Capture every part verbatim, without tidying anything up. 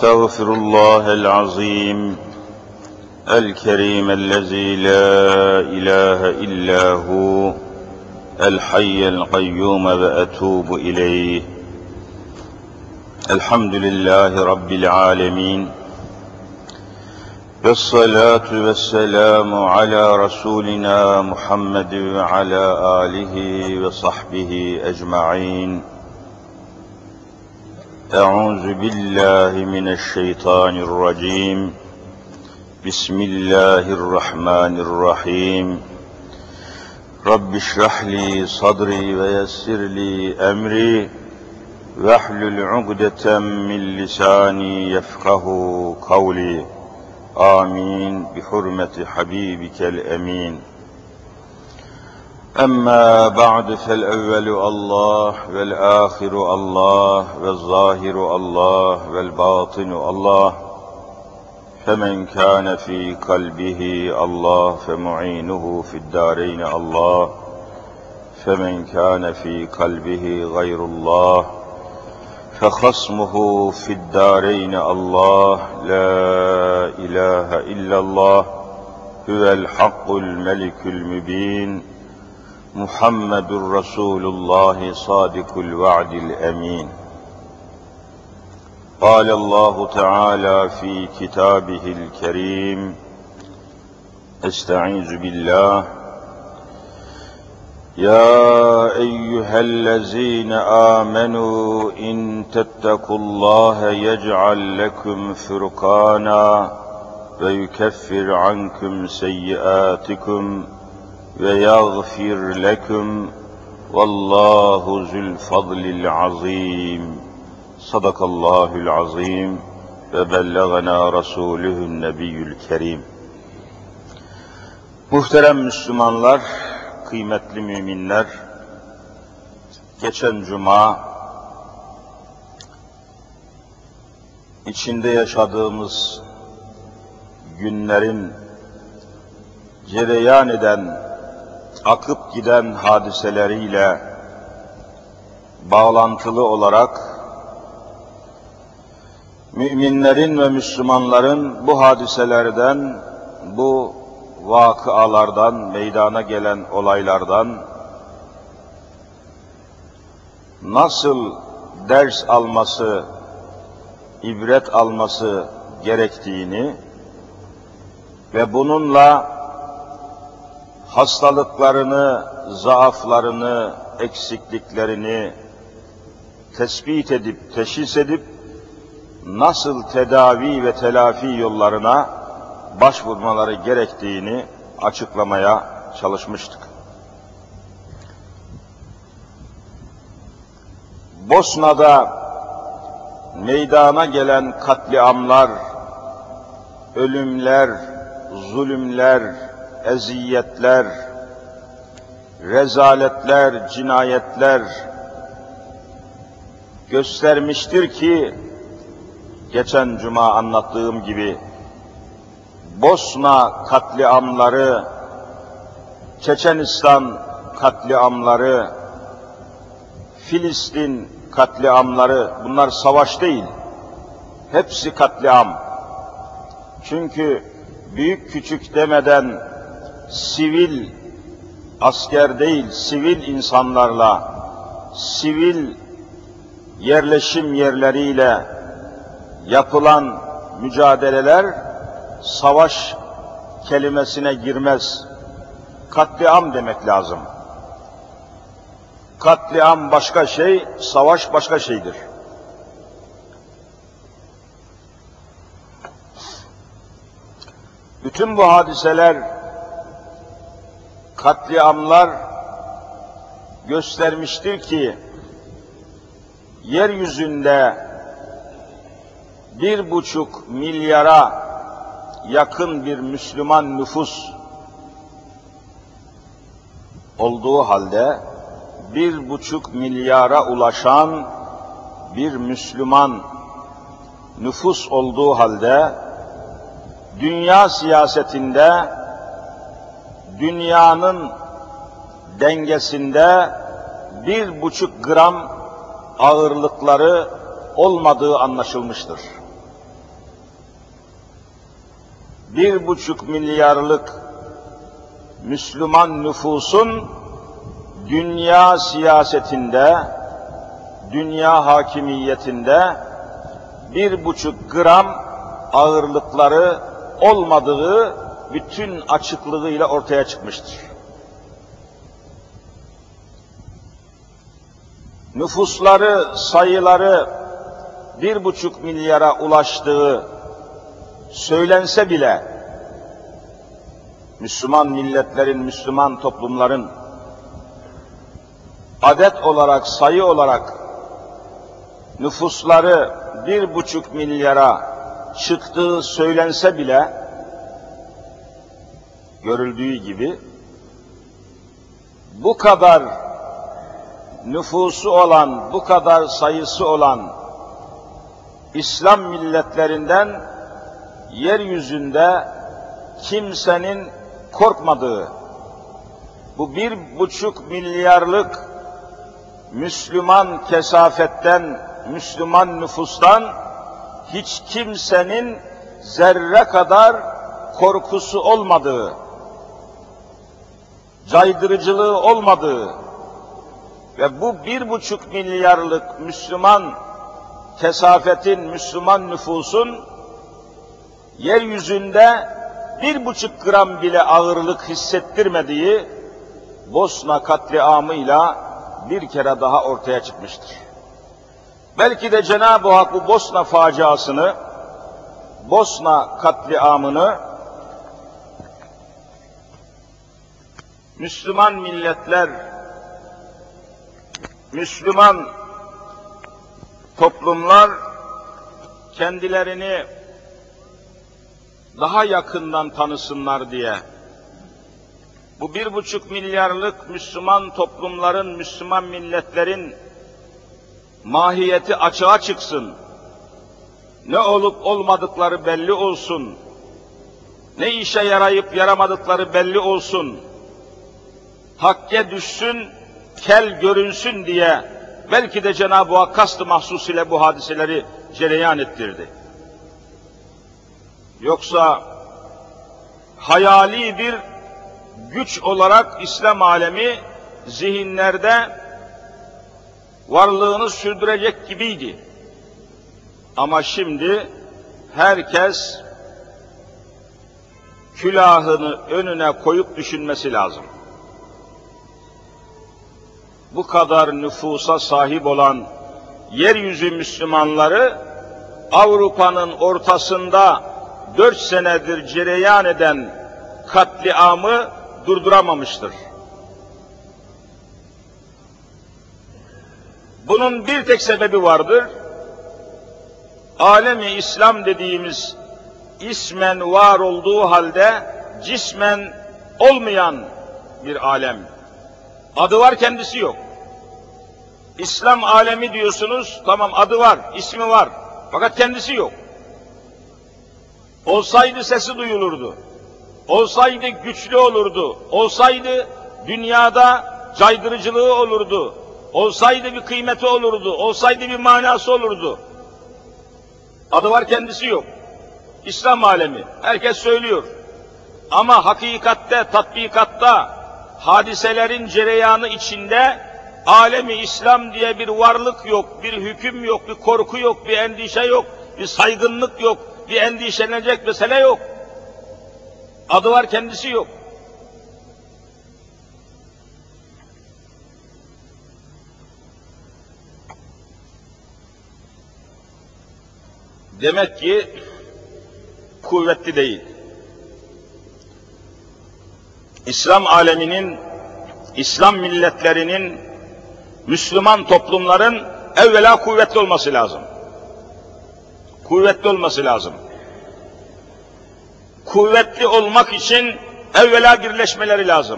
أستغفر الله العظيم الكريم الذي لا إله إلا هو الحي القيوم وأتوب إليه. الحمد لله رب العالمين والصلاة والسلام على رسولنا محمد وعلى آله وصحبه أجمعين. أعوذ بالله من الشيطان الرجيم. بسم الله الرحمن الرحيم. رب اشرح لي صدري ويسر لي أمري واحلل عقدة من لساني يفقه قولي. آمين بحرمة حبيبك الأمين. أما بعد فالأول الله والآخر الله والظاهر الله والباطن الله، فمن كان في قلبه الله فمعينه في الدارين الله، فمن كان في قلبه غير الله فخصمه في الدارين الله. لا إله إلا الله هو الحق الملك المبين محمد رسول الله صادق الوعد الأمين. قال الله تعالى في كتابه الكريم: استعيذ بالله: يا أيها الذين آمنوا إن تتقوا الله يجعل لكم فرقانا ويكفر عنكم سيئاتكم ويغفر لكم والله ذو الفضل العظيم. Sadakallahul azim ve bellagana rasuluhun nebiyyül kerim. Muhterem Müslümanlar, kıymetli müminler, geçen cuma içinde yaşadığımız günlerin cereyan eden, akıp giden hadiseleriyle bağlantılı olarak müminlerin ve Müslümanların bu hadiselerden, bu vakıalardan, meydana gelen olaylardan nasıl ders alması, ibret alması gerektiğini ve bununla hastalıklarını, zaaflarını, eksikliklerini tespit edip, teşhis edip nasıl tedavi ve telafi yollarına başvurmaları gerektiğini açıklamaya çalışmıştık. Bosna'da meydana gelen katliamlar, ölümler, zulümler, eziyetler, rezaletler, cinayetler göstermiştir ki, geçen cuma anlattığım gibi, Bosna katliamları, Çeçenistan katliamları, Filistin katliamları, bunlar savaş değil, hepsi katliam. Çünkü büyük küçük demeden sivil, asker değil, sivil insanlarla, sivil yerleşim yerleriyle yapılan mücadeleler savaş kelimesine girmez. Katliam demek lazım. Katliam başka şey, savaş başka şeydir. Bütün bu hadiseler, katliamlar göstermiştir ki, yeryüzünde bir buçuk milyara yakın bir Müslüman nüfus olduğu halde, bir buçuk milyara ulaşan bir Müslüman nüfus olduğu halde, dünya siyasetinde, dünyanın dengesinde bir buçuk gram ağırlıkları olmadığı anlaşılmıştır. bir buçuk milyarlık Müslüman nüfusun dünya siyasetinde, dünya hakimiyetinde bir buçuk gram ağırlıkları olmadığı bütün açıklığıyla ortaya çıkmıştır. Nüfusları, sayıları bir buçuk milyara ulaştığı söylense bile, Müslüman milletlerin, Müslüman toplumların adet olarak, sayı olarak nüfusları bir buçuk milyara çıktığı söylense bile, görüldüğü gibi, bu kadar nüfusu olan, bu kadar sayısı olan İslam milletlerinden yeryüzünde kimsenin korkmadığı, bu bir buçuk milyarlık Müslüman kesafetten, Müslüman nüfustan hiç kimsenin zerre kadar korkusu olmadığı, caydırıcılığı olmadığı ve bu bir buçuk milyarlık Müslüman kesafetin, Müslüman nüfusun yeryüzünde bir buçuk gram bile ağırlık hissettirmediği Bosna katliamıyla bir kere daha ortaya çıkmıştır. Belki de Cenab-ı Hak bu Bosna faciasını, Bosna katliamını Müslüman milletler, Müslüman toplumlar kendilerini daha yakından tanısınlar diye, bu bir buçuk milyarlık Müslüman toplumların, Müslüman milletlerin mahiyeti açığa çıksın, ne olup olmadıkları belli olsun, ne işe yarayıp yaramadıkları belli olsun, hakke düşsün, kel görünsün diye belki de Cenab-ı Hak kast-ı mahsus ile bu hadiseleri cereyan ettirdi. Yoksa hayali bir güç olarak İslam alemi zihinlerde varlığını sürdürecek gibiydi. Ama şimdi herkes külahını önüne koyup düşünmesi lazım. Bu kadar nüfusa sahip olan yeryüzü Müslümanları Avrupa'nın ortasında dört senedir cereyan eden katliamı durduramamıştır. Bunun bir tek sebebi vardır. Alemi İslam dediğimiz ismen var olduğu halde cismen olmayan bir alem. Adı var, kendisi yok. İslam alemi diyorsunuz, tamam adı var, ismi var. Fakat kendisi yok. Olsaydı sesi duyulurdu. Olsaydı güçlü olurdu. Olsaydı dünyada caydırıcılığı olurdu. Olsaydı bir kıymeti olurdu. Olsaydı bir manası olurdu. Adı var, kendisi yok. İslam alemi. Herkes söylüyor. Ama hakikatte, tatbikatta, hadiselerin cereyanı içinde alemi İslam diye bir varlık yok, bir hüküm yok, bir korku yok, bir endişe yok, bir saygınlık yok, bir endişelenecek mesele yok. Adı var, kendisi yok. Demek ki kuvvetli değil. İslam aleminin, İslam milletlerinin, Müslüman toplumların evvela kuvvetli olması lazım. Kuvvetli olması lazım. Kuvvetli olmak için evvela birleşmeleri lazım.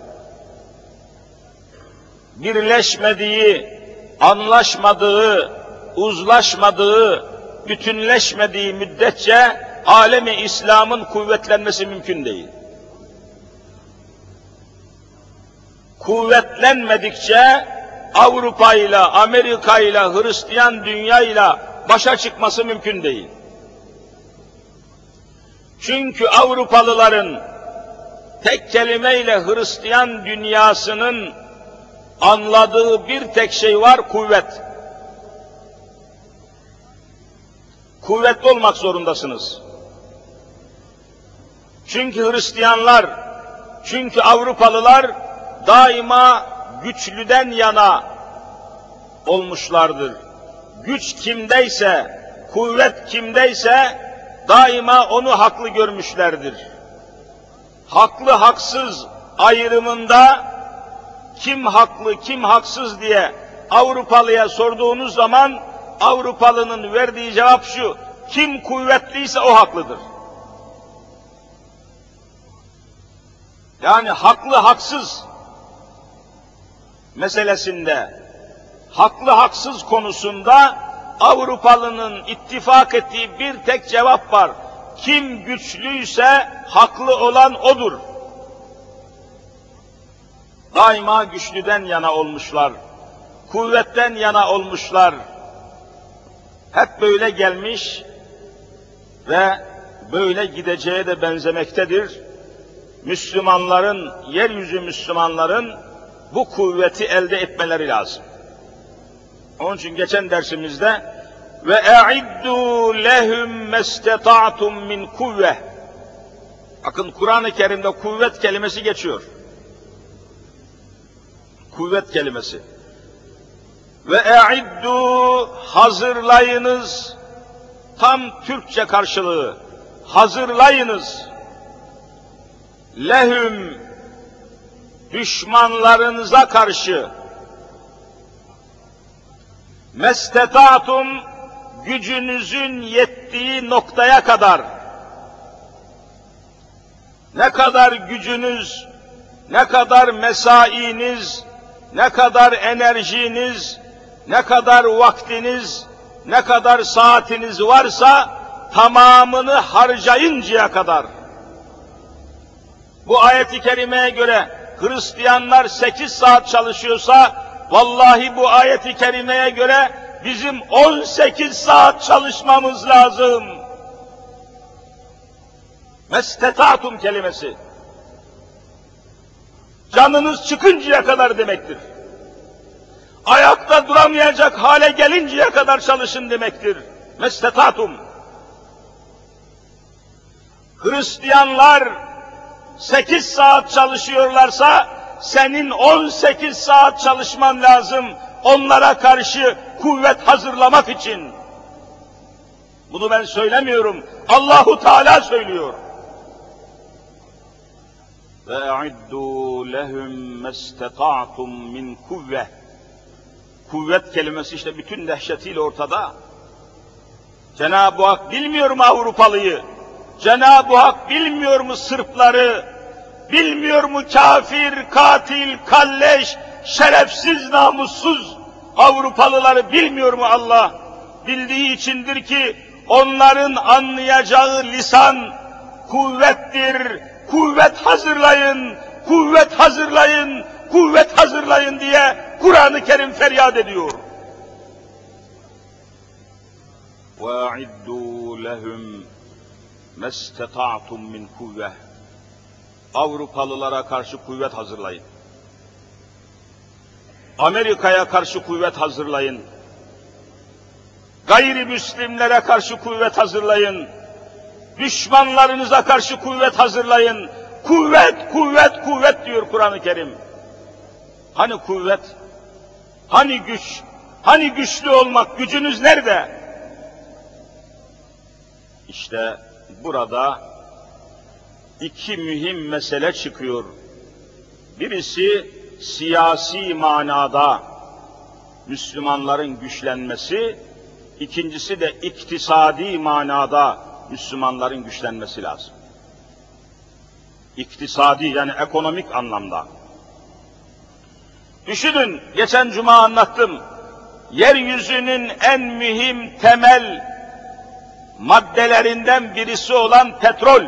Birleşmediği, anlaşmadığı, uzlaşmadığı, bütünleşmediği müddetçe alemi İslam'ın kuvvetlenmesi mümkün değil. Kuvvetlenmedikçe Avrupa ile, Amerika ile, Hristiyan dünya ile başa çıkması mümkün değil. Çünkü Avrupalıların tek kelimeyle Hristiyan dünyasının anladığı bir tek şey var, kuvvet. Kuvvetli olmak zorundasınız. Çünkü Hristiyanlar, çünkü Avrupalılar daima güçlüden yana olmuşlardır. Güç kimdeyse, kuvvet kimdeyse daima onu haklı görmüşlerdir. Haklı haksız ayrımında kim haklı kim haksız diye Avrupalıya sorduğunuz zaman Avrupalının verdiği cevap şu: kim kuvvetliyse o haklıdır. Yani haklı haksız meselesinde, haklı haksız konusunda Avrupalının ittifak ettiği bir tek cevap var: kim güçlüyse haklı olan odur. Daima güçlüden yana olmuşlar, kuvvetten yana olmuşlar. Hep böyle gelmiş ve böyle gideceğe de benzemektedir. Müslümanların, yeryüzü Müslümanların bu kuvveti elde etmeleri lazım. Onun için geçen dersimizde ve e'iddu lehum mesteta'tum min kuvve. Bakın Kur'an-ı Kerim'de kuvvet kelimesi geçiyor. Kuvvet kelimesi. Ve e'iddu, hazırlayınız, tam Türkçe karşılığı, hazırlayınız. Lehum, düşmanlarınıza karşı, mesteta'tum, gücünüzün yettiği noktaya kadar. Ne kadar gücünüz, ne kadar mesainiz, ne kadar enerjiniz, ne kadar vaktiniz, ne kadar saatiniz varsa tamamını harcayıncaya kadar. Bu ayet-i kerimeye göre Hristiyanlar sekiz saat çalışıyorsa, vallahi bu ayet-i kerimeye göre bizim on sekiz saat çalışmamız lazım. Mesteta'tum kelimesi, canınız çıkıncaya kadar demektir. Ayakta duramayacak hale gelinceye kadar çalışın demektir. Mesteta'tum. Hristiyanlar sekiz saat çalışıyorlarsa, senin on sekiz saat çalışman lazım onlara karşı kuvvet hazırlamak için. Bunu ben söylemiyorum, Allahu Teala söylüyor. Ve e'iddu lehum mesteta'tum min kuvve. Kuvvet kelimesi işte bütün dehşetiyle ortada. Cenab-ı Hak bilmiyor mu Avrupalıyı? Cenab-ı Hak bilmiyor mu Sırpları? Bilmiyor mu kafir, katil, kalleş, şerefsiz, namussuz Avrupalıları bilmiyor mu Allah? Bildiği içindir ki onların anlayacağı lisan kuvvettir. Kuvvet hazırlayın, kuvvet hazırlayın, kuvvet hazırlayın diye Kur'an-ı Kerim feryat ediyor. وَاَعِدُّوا لَهُمْ مَسْتَطَعْتُمْ مِنْ كُوَّةٍ. Avrupalılara karşı kuvvet hazırlayın. Amerika'ya karşı kuvvet hazırlayın. Gayrimüslimlere karşı kuvvet hazırlayın. Düşmanlarınıza karşı kuvvet hazırlayın. Kuvvet, kuvvet, kuvvet diyor Kur'an-ı Kerim. Hani kuvvet? Hani güç? Hani güçlü olmak? Gücünüz nerede? İşte burada iki mühim mesele çıkıyor. Birisi siyasi manada Müslümanların güçlenmesi, ikincisi de iktisadi manada Müslümanların güçlenmesi lazım. İktisadi yani ekonomik anlamda. Düşünün, geçen cuma anlattım. Yeryüzünün en mühim temel maddelerinden birisi olan petrol.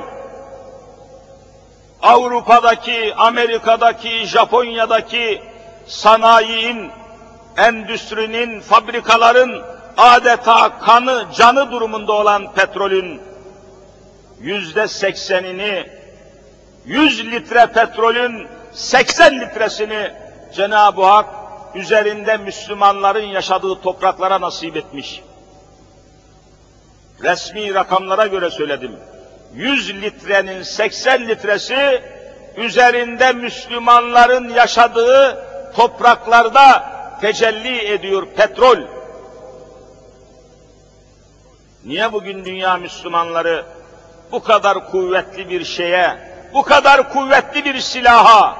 Avrupa'daki, Amerika'daki, Japonya'daki sanayinin, endüstrinin, fabrikaların adeta kanı, canı durumunda olan petrolün yüzde seksenini, yüz litre petrolün seksen litresini Cenab-ı Hak üzerinde Müslümanların yaşadığı topraklara nasip etmiş. Resmi rakamlara göre söyledim. yüz litrenin seksen litresi üzerinde Müslümanların yaşadığı topraklarda tecelli ediyor petrol. Niye bugün dünya Müslümanları bu kadar kuvvetli bir şeye, bu kadar kuvvetli bir silaha,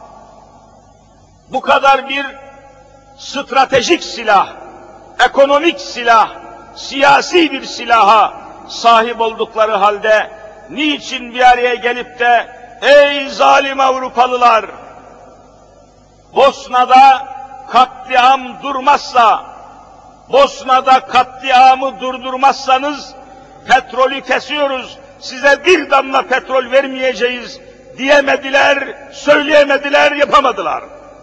bu kadar bir stratejik silah, ekonomik silah, siyasi bir silaha sahip oldukları halde niçin bir araya gelip de ey zalim Avrupalılar, Bosna'da katliam durmazsa, Bosna'da katliamı durdurmazsanız petrolü kesiyoruz, size bir damla petrol vermeyeceğiz diyemediler, söyleyemediler, yapamadılar.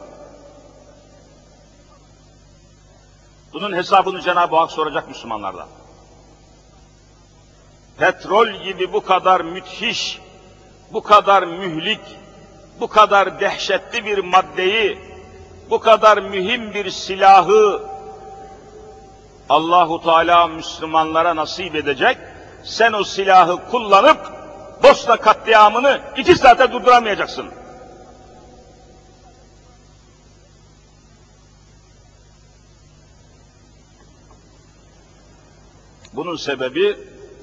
Bunun hesabını Cenab-ı Hak soracak Müslümanlardan. Petrol gibi bu kadar müthiş, bu kadar mühlik, bu kadar dehşetli bir maddeyi, bu kadar mühim bir silahı Allahu Teala Müslümanlara nasip edecek. Sen o silahı kullanıp Bosna katliamını iki saate durduramayacaksın. Bunun sebebi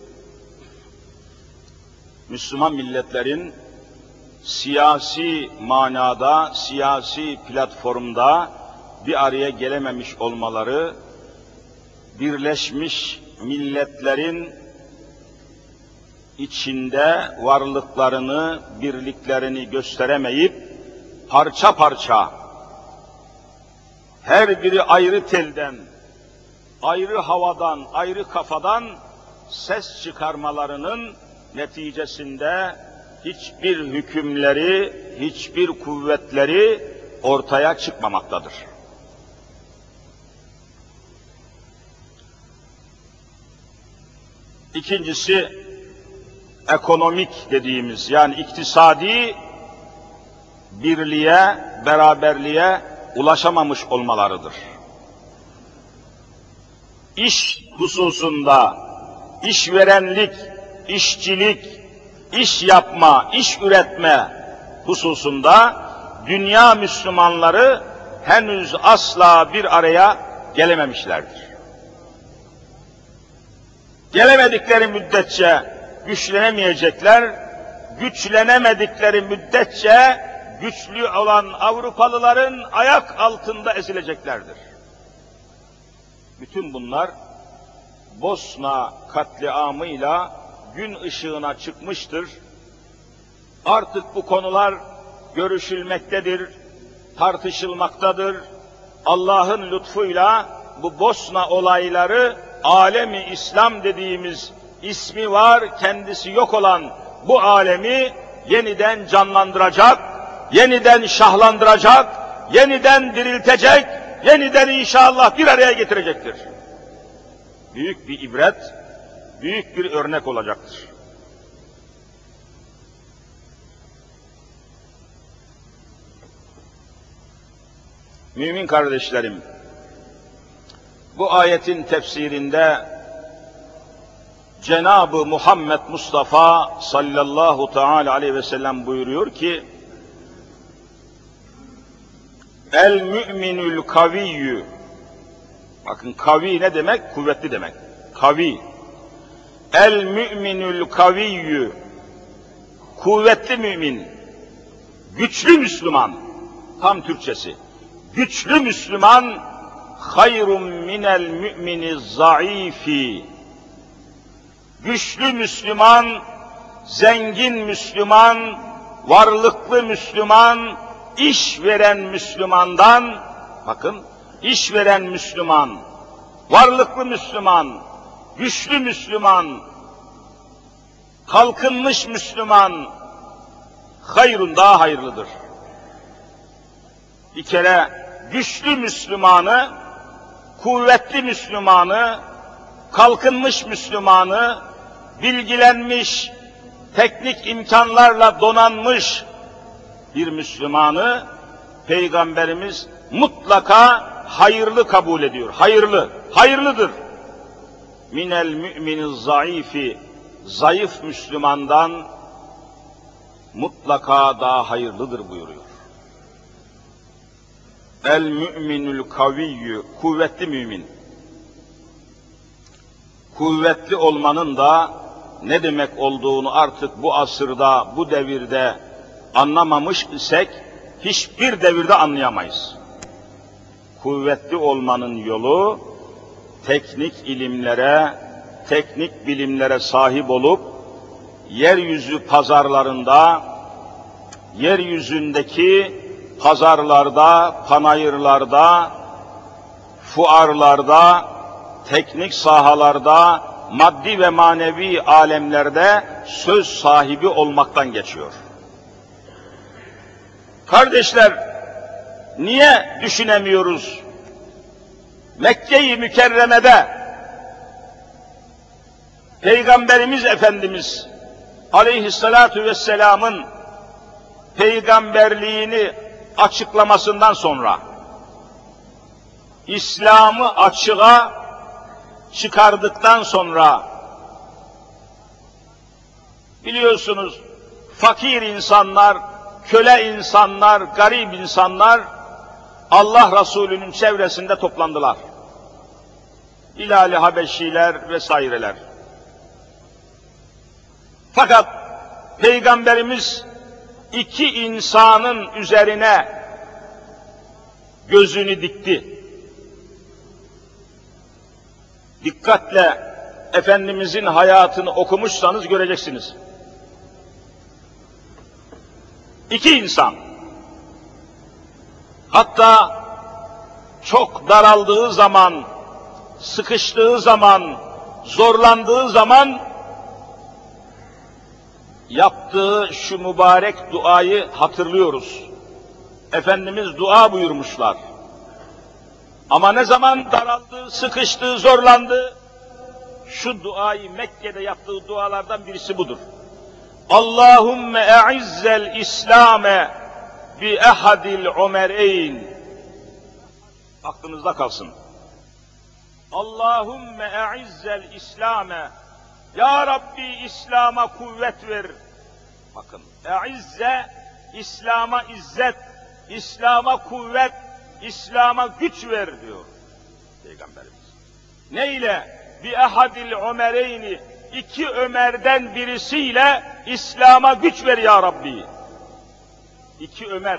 Müslüman milletlerin siyasi manada, siyasi platformda bir araya gelememiş olmaları, Birleşmiş Milletler'in içinde varlıklarını, birliklerini gösteremeyip parça parça, her biri ayrı telden, ayrı havadan, ayrı kafadan ses çıkarmalarının neticesinde hiçbir hükümleri, hiçbir kuvvetleri ortaya çıkmamaktadır. İkincisi, ekonomik dediğimiz, yani iktisadi birliğe, beraberliğe ulaşamamış olmalarıdır. İş hususunda, işverenlik, işçilik, iş yapma, iş üretme hususunda dünya Müslümanları henüz asla bir araya gelememişlerdir. Gelemedikleri müddetçe güçlenemeyecekler, güçlenemedikleri müddetçe güçlü olan Avrupalıların ayak altında ezileceklerdir. Bütün bunlar Bosna katliamıyla gün ışığına çıkmıştır. Artık bu konular görüşülmektedir, tartışılmaktadır. Allah'ın lütfuyla bu Bosna olayları alemi İslam dediğimiz ismi var, kendisi yok olan bu alemi yeniden canlandıracak, yeniden şahlandıracak, yeniden diriltecek, yeniden inşallah bir araya getirecektir. Büyük bir ibret, büyük bir örnek olacaktır. Mümin kardeşlerim, bu ayetin tefsirinde Cenab-ı Muhammed Mustafa sallallahu teala aleyhi ve sellem buyuruyor ki, el müminül kaviyyü, bakın kavi ne demek? Kuvvetli demek. Kavi. El müminül kaviyyü, kuvvetli mümin, güçlü Müslüman, tam Türkçesi. Güçlü Müslüman, hayrun minel mümini zayıfi. Güçlü Müslüman, zengin Müslüman, varlıklı Müslüman, iş veren Müslümandan, bakın, iş veren Müslüman, varlıklı Müslüman, güçlü Müslüman, kalkınmış Müslüman, hayrun daha hayırlıdır. Bir kere güçlü Müslümanı, kuvvetli Müslümanı, kalkınmış Müslümanı, bilgilenmiş, teknik imkanlarla donanmış bir Müslümanı Peygamberimiz mutlaka hayırlı kabul ediyor. Hayırlı, hayırlıdır. Minel mümini zayıfi, zayıf Müslümandan mutlaka daha hayırlıdır buyuruyor. El müminül kaviyyü, kuvvetli mümin. Kuvvetli olmanın da ne demek olduğunu artık bu asırda, bu devirde anlamamış isek hiçbir devirde anlayamayız. Kuvvetli olmanın yolu teknik ilimlere, teknik bilimlere sahip olup yeryüzü pazarlarında, yeryüzündeki pazarlarda, panayırlarda, fuarlarda, teknik sahalarda, maddi ve manevi alemlerde söz sahibi olmaktan geçiyor. Kardeşler, niye düşünemiyoruz? Mekke-i Mükerreme'de Peygamberimiz Efendimiz Aleyhissalatu vesselam'ın peygamberliğini açıklamasından sonra İslam'ı açığa çıkardıktan sonra biliyorsunuz fakir insanlar, köle insanlar, garip insanlar Allah Resulü'nün çevresinde toplandılar. Bilal-i Habeşiler vesaireler. Fakat Peygamberimiz iki insanın üzerine gözünü dikti. Dikkatle Efendimizin hayatını okumuşsanız göreceksiniz. İki insan, hatta çok daraldığı zaman, sıkıştığı zaman, zorlandığı zaman yaptığı şu mübarek duayı hatırlıyoruz. Efendimiz dua buyurmuşlar. Ama ne zaman daraldı, sıkıştı, zorlandı, şu duayı Mekke'de yaptığı dualardan birisi budur. Allahümme e'izzel İslame bi ehadil umereyn. Aklınızda kalsın. Allahümme e'izzel İslame. Ya Rabbi İslam'a kuvvet ver. Bakın, e'izze, İslam'a izzet, İslam'a kuvvet, İslam'a güç ver diyor Peygamberimiz. Ne ile? Bi ehadil umereyni. İki Ömer'den birisiyle İslam'a güç ver ya Rabbi. İki Ömer.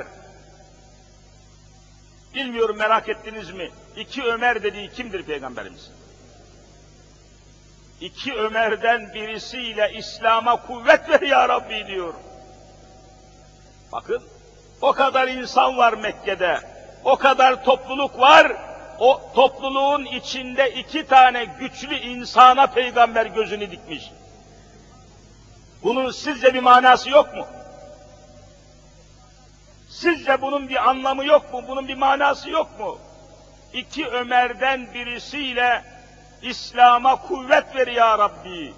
Bilmiyorum, merak ettiniz mi? İki Ömer dediği kimdir Peygamberimiz? İki Ömer'den birisiyle İslam'a kuvvet ver ya Rabbi diyor. Bakın, o kadar insan var Mekke'de, o kadar topluluk var, o topluluğun içinde iki tane güçlü insana Peygamber gözünü dikmiş. Bunun sizce bir manası yok mu? Sizce bunun bir anlamı yok mu? Bunun bir manası yok mu? İki Ömer'den birisiyle İslam'a kuvvet ver ya Rabbi.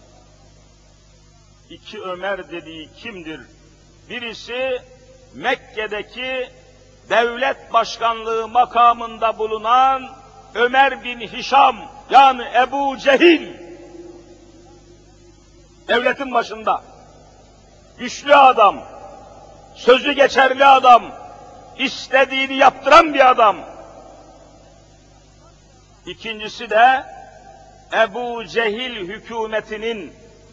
İki Ömer dediği kimdir? Birisi Mekke'deki devlet başkanlığı makamında bulunan Ömer bin Hişam, yani Ebu Cehil. Devletin başında. Güçlü adam, sözü geçerli adam, istediğini yaptıran bir adam. İkincisi de Ebu Cehil hükümetinin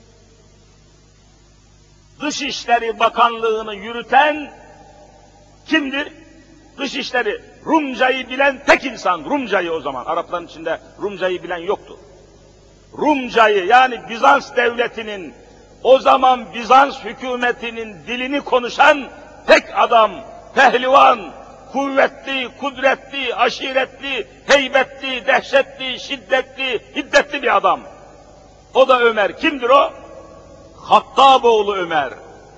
Dışişleri Bakanlığı'nı yürüten kimdir? Dışişleri, Rumcayı bilen tek insan, Rumcayı o zaman, Arapların içinde Rumcayı bilen yoktu. Rumcayı, yani Bizans devletinin, o zaman Bizans hükümetinin dilini konuşan tek adam, pehlivan, kuvvetli, kudretli, aşiretli, heybetli, dehşetli, şiddetli, hiddetli bir adam. O da Ömer. Kimdir o? Hattaboğlu Ömer.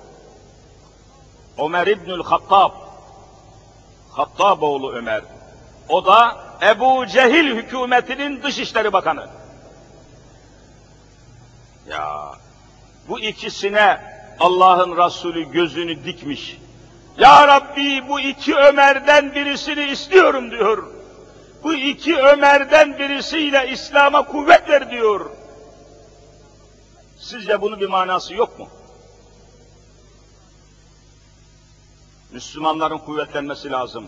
Ömer İbnül Hattab. Hattaboğlu Ömer. O da Ebu Cehil hükümetinin Dışişleri Bakanı. Ya, Bu ikisine Allah'ın Resulü gözünü dikmiş. Ya Rabbi, bu iki Ömer'den birisini istiyorum diyor. Bu iki Ömer'den birisiyle İslam'a kuvvet ver diyor. Sizce bunun bir manası yok mu? Müslümanların kuvvetlenmesi lazım.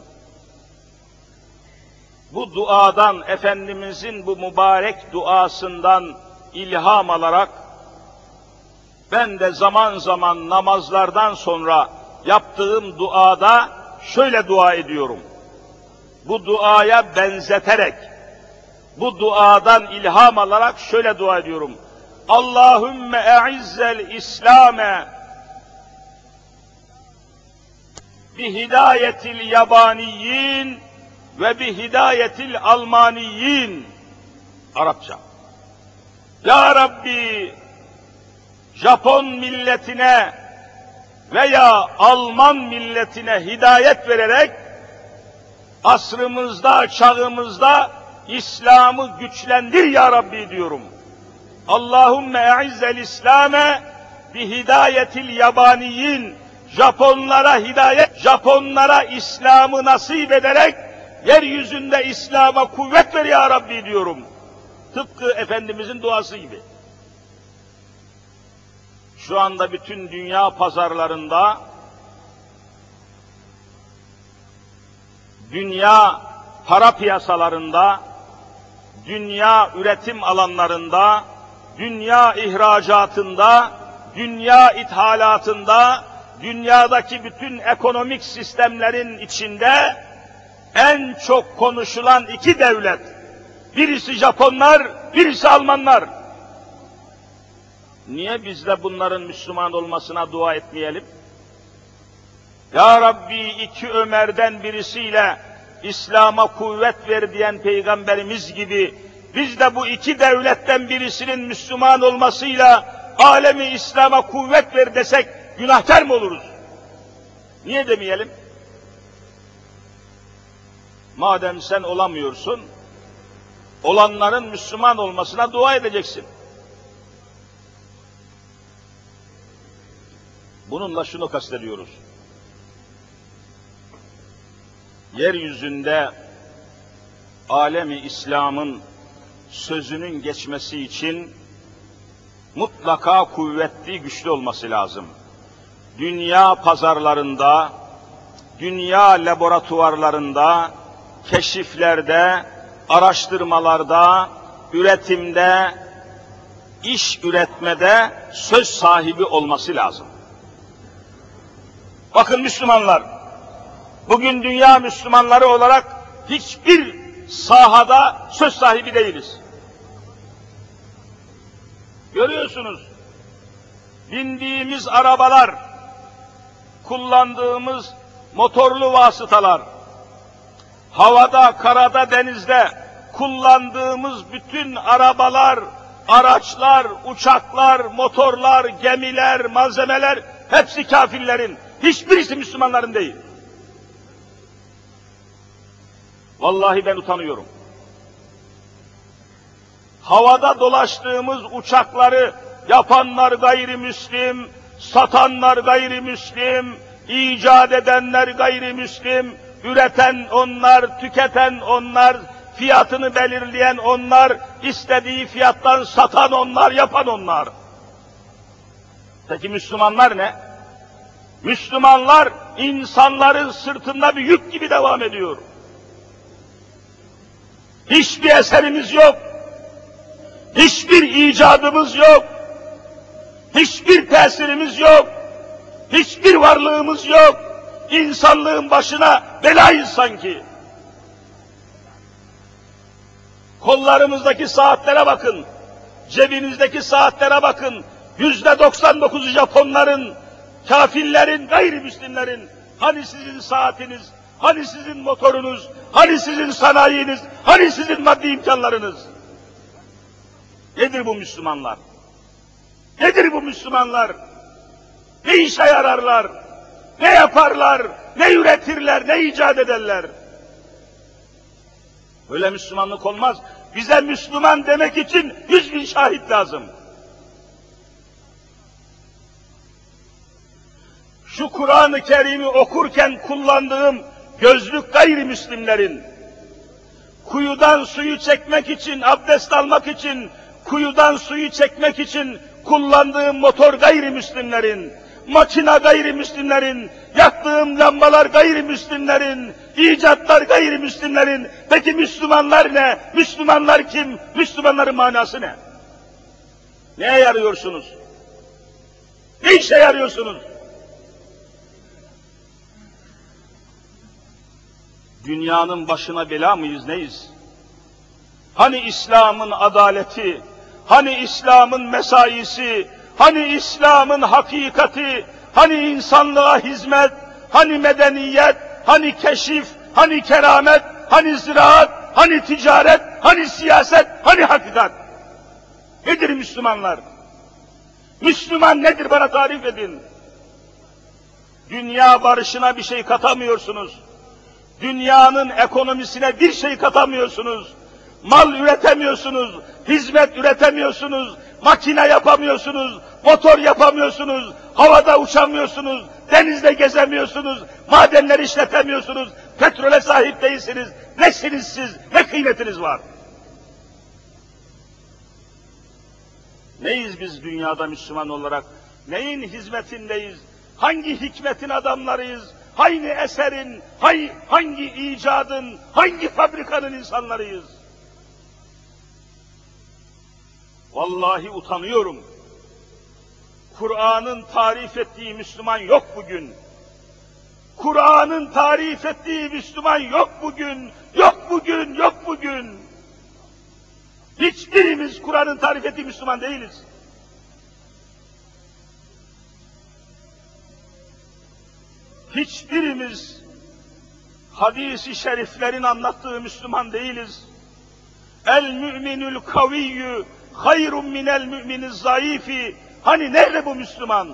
Bu duadan, Efendimizin bu mübarek duasından ilham alarak, ben de zaman zaman namazlardan sonra yaptığım duada şöyle dua ediyorum. Bu duaya benzeterek, bu duadan ilham alarak şöyle dua ediyorum. Allahümme e'izzel İslame bi hidayetil yabaniyyin ve bi hidayetil almaniyyin. Arapça. Ya Rabbi, Japon milletine veya Alman milletine hidayet vererek asrımızda, çağımızda İslam'ı güçlendir ya Rabbi diyorum. Allahümme e'izzel İslame bi hidayetil yabaniyyin. Japonlara hidayet, Japonlara İslam'ı nasip ederek yeryüzünde İslam'a kuvvet ver ya Rabbi diyorum. Tıpkı Efendimizin duası gibi. Şu anda bütün dünya pazarlarında, dünya para piyasalarında, dünya üretim alanlarında, dünya ihracatında, dünya ithalatında, dünyadaki bütün ekonomik sistemlerin içinde en çok konuşulan iki devlet, birisi Japonlar, birisi Almanlar. Niye biz de bunların Müslüman olmasına dua etmeyelim? Ya Rabbi, iki Ömer'den birisiyle İslam'a kuvvet ver diyen Peygamberimiz gibi, biz de bu iki devletten birisinin Müslüman olmasıyla alemi İslam'a kuvvet ver desek günahkar mı oluruz? Niye demeyelim? Madem sen olamıyorsun, olanların Müslüman olmasına dua edeceksin. Bununla şunu kastediyoruz. Yeryüzünde alemi İslam'ın sözünün geçmesi için mutlaka kuvvetli, güçlü olması lazım. Dünya pazarlarında, dünya laboratuvarlarında, keşiflerde, araştırmalarda, üretimde, iş üretmede söz sahibi olması lazım. Bakın Müslümanlar, bugün dünya Müslümanları olarak hiçbir sahada söz sahibi değiliz. Görüyorsunuz, bindiğimiz arabalar, kullandığımız motorlu vasıtalar, havada, karada, denizde kullandığımız bütün arabalar, araçlar, uçaklar, motorlar, gemiler, malzemeler hepsi kafirlerin. Hiçbirisi Müslümanların değil. Vallahi ben utanıyorum. Havada dolaştığımız uçakları yapanlar gayrimüslim, satanlar gayrimüslim, icat edenler gayrimüslim, üreten onlar, tüketen onlar, fiyatını belirleyen onlar, istediği fiyattan satan onlar, yapan onlar. Peki Müslümanlar ne? Müslümanlar insanların sırtında bir yük gibi devam ediyor. Hiçbir eserimiz yok. Hiçbir icadımız yok. Hiçbir tesirimiz yok. Hiçbir varlığımız yok. İnsanlığın başına belayız sanki. Kollarımızdaki saatlere bakın. Cebinizdeki saatlere bakın. Yüzde doksan dokuzu Japonların, kafirlerin, gayrimüslimlerin. Hani sizin saatiniz, hani sizin motorunuz, hani sizin sanayiniz, hani sizin maddi imkanlarınız? Nedir bu Müslümanlar? Nedir bu Müslümanlar? Ne işe yararlar? Ne yaparlar? Ne üretirler? Ne icat ederler? Böyle Müslümanlık olmaz. Bize Müslüman demek için yüz bin şahit lazım. şu Kur'an-ı Kerim'i okurken kullandığım gözlük gayrimüslimlerin, kuyudan suyu çekmek için, abdest almak için, kuyudan suyu çekmek için kullandığım motor gayrimüslimlerin, makina gayrimüslimlerin, yaktığım lambalar gayrimüslimlerin, icatlar gayrimüslimlerin. Peki Müslümanlar ne? Müslümanlar kim? Müslümanların manası ne? Neye yarıyorsunuz? Ne işe yarıyorsunuz? Dünyanın başına bela mıyız, neyiz? Hani İslam'ın adaleti, hani İslam'ın mesaisi, hani İslam'ın hakikati, hani insanlığa hizmet, hani medeniyet, hani keşif, hani keramet, hani ziraat, hani ticaret, hani siyaset, hani hakikat? Nedir Müslümanlar? Müslüman nedir, bana tarif edin. Dünya barışına bir şey katamıyorsunuz. Dünyanın ekonomisine bir şey katamıyorsunuz. Mal üretemiyorsunuz, hizmet üretemiyorsunuz, makine yapamıyorsunuz, motor yapamıyorsunuz, havada uçamıyorsunuz, denizde gezemiyorsunuz, madenleri işletemiyorsunuz, petrole sahip değilsiniz. Nesiniz siz, ne kıymetiniz var? Neyiz biz dünyada Müslüman olarak? Neyin hizmetindeyiz? Hangi hikmetin adamlarıyız? Hangi eserin, hangi, hangi icadın, hangi fabrikanın insanlarıyız? Vallahi utanıyorum. Kur'an'ın tarif ettiği Müslüman yok bugün. Kur'an'ın tarif ettiği Müslüman yok bugün. Yok bugün, yok bugün. Hiçbirimiz Kur'an'ın tarif ettiği Müslüman değiliz. Hiçbirimiz hadis-i şeriflerin anlattığı Müslüman değiliz. El müminül kaviyyü hayrun minel müminiz zayıfi. Hani nerede bu Müslüman?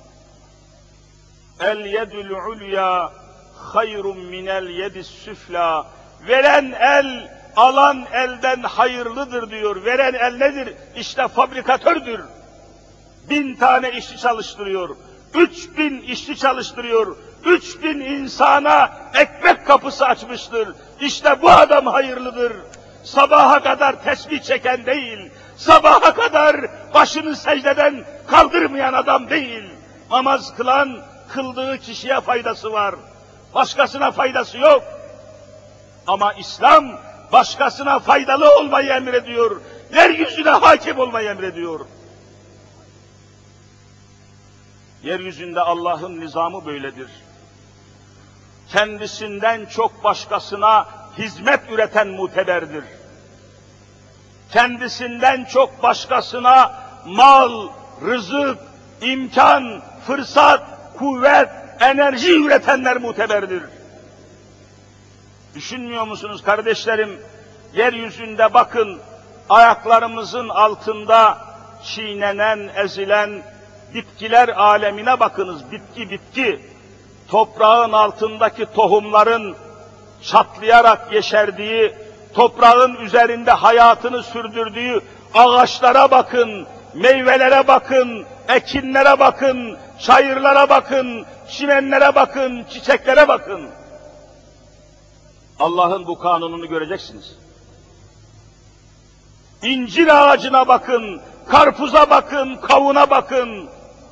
El yedül ulya hayrun minel yedis süfla. Veren el, alan elden hayırlıdır diyor. Veren el nedir? İşte fabrikatördür. Bin tane işçi çalıştırıyor. Üç bin işçi çalıştırıyor. Üç bin insana ekmek kapısı açmıştır. İşte bu adam hayırlıdır. Sabaha kadar tesbih çeken değil, sabaha kadar başını secdeden kaldırmayan adam değil. Namaz kılan, kıldığı kişiye faydası var. Başkasına faydası yok. Ama İslam başkasına faydalı olmayı emrediyor. Yeryüzüne hakim olmayı emrediyor. Yeryüzünde Allah'ın nizamı böyledir. Kendisinden çok başkasına hizmet üreten muteberdir. Kendisinden çok başkasına mal, rızık, imkan, fırsat, kuvvet, enerji üretenler muteberdir. Düşünmüyor musunuz kardeşlerim? Yeryüzünde bakın, ayaklarımızın altında çiğnenen, ezilen bitkiler alemine bakınız, bitki bitki. Toprağın altındaki tohumların çatlayarak yeşerdiği, toprağın üzerinde hayatını sürdürdüğü ağaçlara bakın, meyvelere bakın, ekinlere bakın, çayırlara bakın, çimenlere bakın, çiçeklere bakın. Allah'ın bu kanununu göreceksiniz. İncir ağacına bakın, karpuza bakın, kavuna bakın.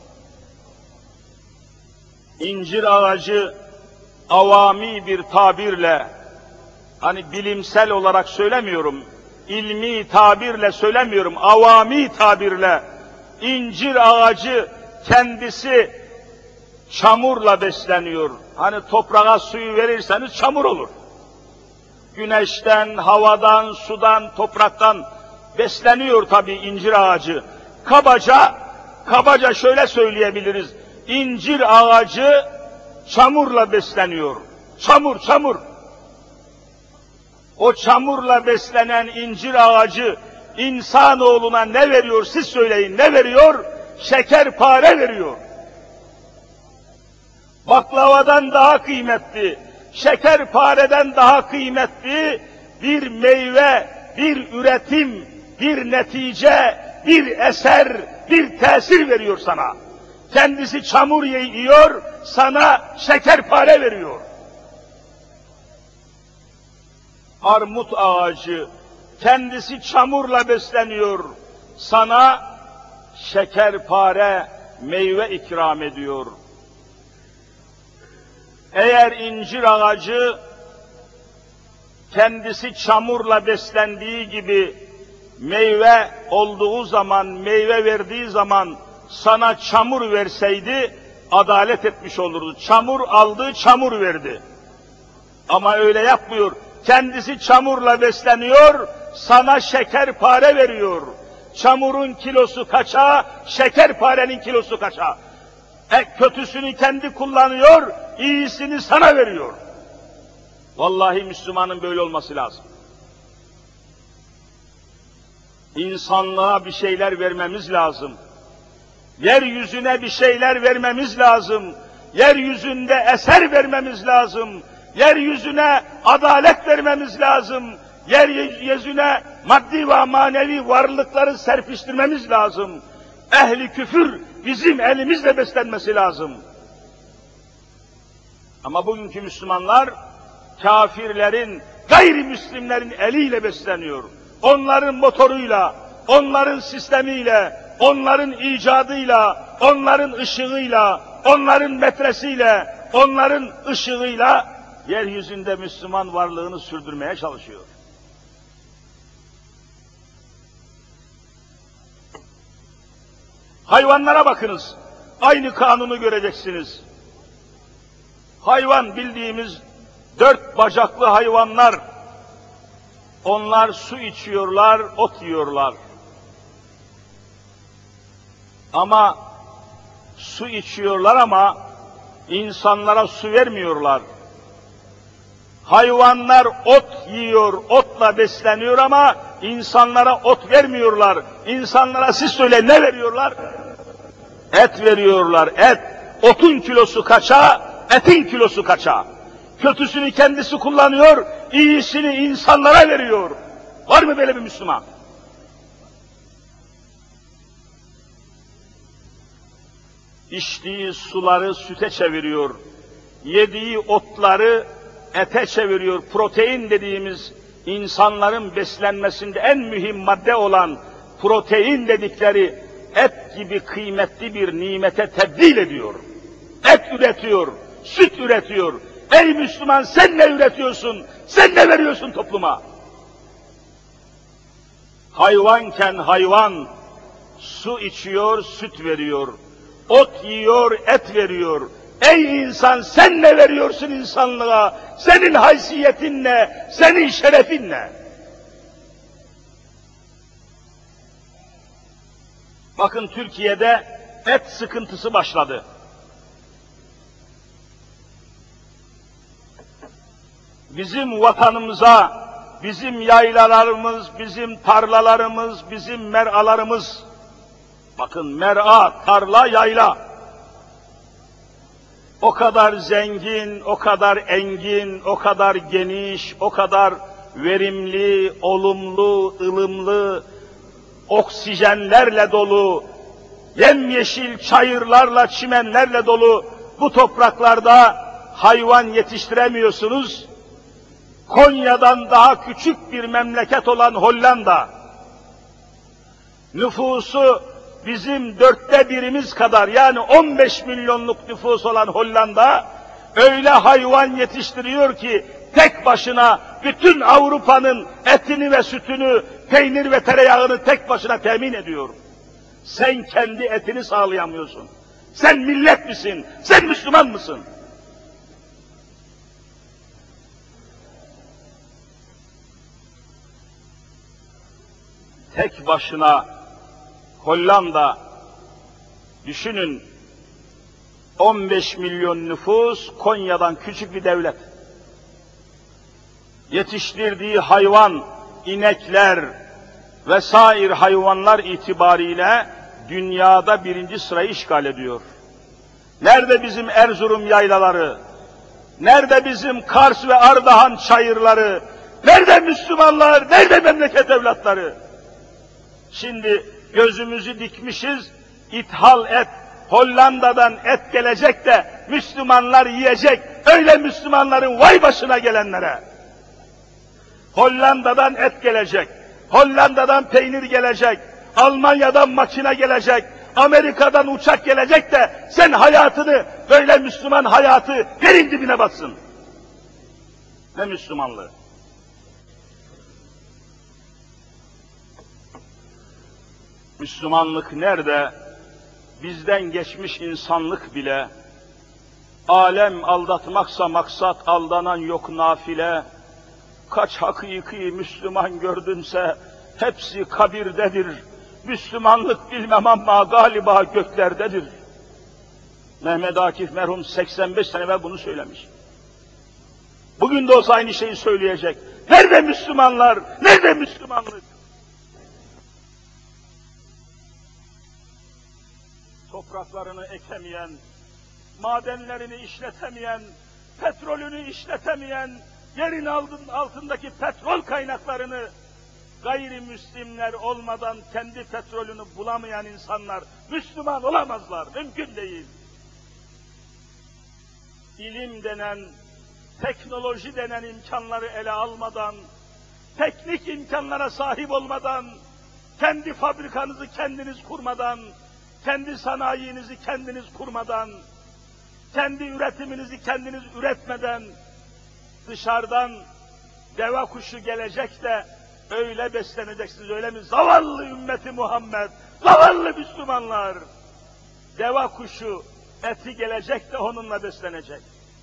İncir ağacı avami bir tabirle, hani bilimsel olarak söylemiyorum, ilmi tabirle söylemiyorum, avami tabirle, incir ağacı kendisi çamurla besleniyor. Hani toprağa suyu verirseniz çamur olur. Güneşten, havadan, sudan, topraktan besleniyor tabii incir ağacı. Kabaca, kabaca şöyle söyleyebiliriz. İncir ağacı çamurla besleniyor. Çamur, çamur. O çamurla beslenen incir ağacı insanoğluna ne veriyor? Siz söyleyin, ne veriyor? Şekerpare veriyor. Baklavadan daha kıymetli, şekerpareden daha kıymetli bir meyve, bir üretim, bir netice, bir eser, bir tesir veriyor sana. kendisi çamur yiyor, sana şekerpare veriyor. Armut ağacı kendisi çamurla besleniyor, sana şekerpare meyve ikram ediyor. Eğer incir ağacı kendisi çamurla beslendiği gibi meyve olduğu zaman, meyve verdiği zaman sana çamur verseydi adalet etmiş olurdu. Çamur aldı, çamur verdi. Ama öyle yapmıyor. Kendisi çamurla besleniyor, sana şekerpare veriyor. Çamurun kilosu kaça, şekerparenin kilosu kaça. E, kötüsünü kendi kullanıyor, iyisini sana veriyor. Vallahi Müslümanın böyle olması lazım. İnsanlığa bir şeyler vermemiz lazım. Yeryüzüne bir şeyler vermemiz lazım. Yeryüzünde eser vermemiz lazım. Yeryüzüne adalet vermemiz lazım. Yeryüzüne maddi ve manevi varlıkları serpiştirmemiz lazım. Ehli küfür bizim elimizle beslenmesi lazım. Ama bugünkü Müslümanlar kafirlerin, gayrimüslimlerin eliyle besleniyor. Onların motoruyla, onların sistemiyle, onların icadıyla, onların ışığıyla, onların metresiyle, onların ışığıyla yeryüzünde Müslüman varlığını sürdürmeye çalışıyor. Hayvanlara bakınız, aynı kanunu göreceksiniz. Hayvan bildiğimiz dört bacaklı hayvanlar, onlar su içiyorlar, ot yiyorlar. Ama su içiyorlar ama insanlara su vermiyorlar. Hayvanlar ot yiyor, otla besleniyor ama insanlara ot vermiyorlar. İnsanlara siz söyle ne veriyorlar? Et veriyorlar, et. Otun kilosu kaça, etin kilosu kaça. Kötüsünü kendisi kullanıyor, iyisini insanlara veriyor. Var mı böyle bir Müslüman? İçtiği suları süte çeviriyor, yediği otları ete çeviriyor. Protein dediğimiz insanların beslenmesinde en mühim madde olan protein dedikleri et gibi kıymetli bir nimete tebdil ediyor. Et üretiyor, süt üretiyor. Ey Müslüman sen ne üretiyorsun? Sen ne veriyorsun topluma? Hayvanken hayvan su içiyor, süt veriyor. Ot yiyor, et veriyor. Ey insan sen ne veriyorsun insanlığa? Senin haysiyetin ne? Senin şerefin ne? Bakın Türkiye'de et sıkıntısı başladı. Bizim vatanımıza, bizim yaylalarımız, bizim tarlalarımız, bizim meralarımız, bakın mera, tarla, yayla, o kadar zengin, o kadar engin, o kadar geniş, o kadar verimli, olumlu, ılımlı, oksijenlerle dolu, yemyeşil çayırlarla, çimenlerle dolu bu topraklarda hayvan yetiştiremiyorsunuz. Konya'dan daha küçük bir memleket olan Hollanda, nüfusu bizim dörtte birimiz kadar, yani on beş milyonluk nüfus olan Hollanda, öyle hayvan yetiştiriyor ki tek başına bütün Avrupa'nın etini ve sütünü, peynir ve tereyağını tek başına temin ediyor. Sen kendi etini sağlayamıyorsun. Sen millet misin? Sen Müslüman mısın? Tek başına Hollanda, düşünün, on beş milyon nüfus, Konya'dan küçük bir devlet. Yetiştirdiği hayvan, inekler vesaire hayvanlar itibariyle dünyada birinci sırayı işgal ediyor. Nerede bizim Erzurum yaylaları? Nerede bizim Kars ve Ardahan çayırları? Nerede Müslümanlar? Nerede memleket evlatları? Şimdi gözümüzü dikmişiz, ithal et, Hollanda'dan et gelecek de Müslümanlar yiyecek, öyle Müslümanların vay başına gelenlere. Hollanda'dan et gelecek, Hollanda'dan peynir gelecek, Almanya'dan makine gelecek, Amerika'dan uçak gelecek de sen hayatını, böyle Müslüman hayatı yerin dibine batsın. Ne Müslümanlığı? Müslümanlık nerede? Bizden geçmiş insanlık bile, alem aldatmaksa maksat, aldanan yok nafile, kaç hakiki Müslüman gördünse hepsi kabirdedir. Müslümanlık bilmem ama galiba göklerdedir. Mehmet Akif merhum seksen beş sene evvel bunu söylemiş. Bugün de olsa aynı şeyi söyleyecek. Nerede Müslümanlar? Nerede Müslümanlık? Topraklarını ekemeyen, madenlerini işletemeyen, petrolünü işletemeyen, yerin altındaki petrol kaynaklarını gayrimüslimler olmadan kendi petrolünü bulamayan insanlar Müslüman olamazlar, mümkün değil. İlim denen, teknoloji denen imkanları ele almadan, teknik imkanlara sahip olmadan, kendi fabrikanızı kendiniz kurmadan, kendi sanayinizi kendiniz kurmadan, kendi üretiminizi kendiniz üretmeden, dışarıdan deve kuşu gelecek de öyle besleneceksiniz, öyle mi? Zavallı ümmeti Muhammed, zavallı Müslümanlar! Deve kuşu eti gelecek de onunla beslenecek.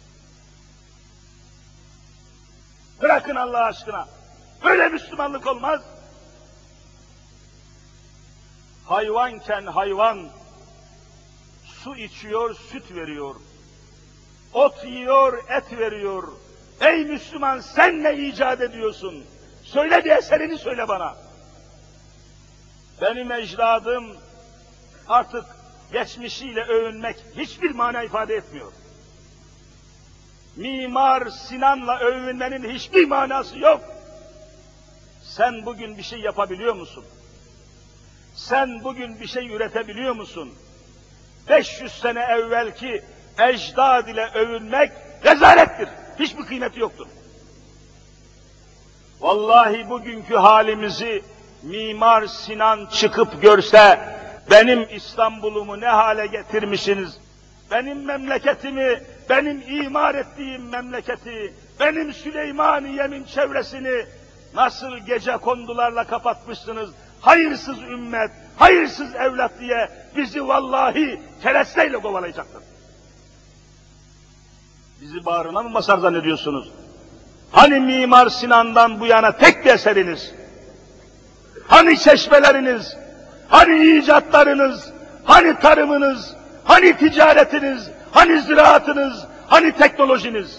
Bırakın Allah aşkına, böyle Müslümanlık olmaz. Hayvanken hayvan, su içiyor, süt veriyor. Ot yiyor, et veriyor. Ey Müslüman, sen ne icat ediyorsun? Söyle bir eserini söyle bana. Benim ecdadım artık geçmişiyle övünmek hiçbir mana ifade etmiyor. Mimar Sinan'la övünmenin hiçbir manası yok. Sen bugün bir şey yapabiliyor musun? Sen bugün bir şey üretebiliyor musun? beş yüz sene evvelki ecdad ile övünmek rezalettir. Hiçbir kıymeti yoktur. Vallahi bugünkü halimizi Mimar Sinan çıkıp görse, benim İstanbul'umu ne hale getirmişsiniz, benim memleketimi, benim imar ettiğim memleketi, benim Süleymaniye'min çevresini nasıl gece kondularla kapatmışsınız, hayırsız ümmet, hayırsız evlat diye bizi vallahi keresteyle kovalayacaktır. Bizi bağrına mı basar zannediyorsunuz? Hani Mimar Sinan'dan bu yana tek bir eseriniz? Hani çeşmeleriniz? Hani icatlarınız? Hani tarımınız? Hani ticaretiniz? Hani ziraatınız? Hani teknolojiniz?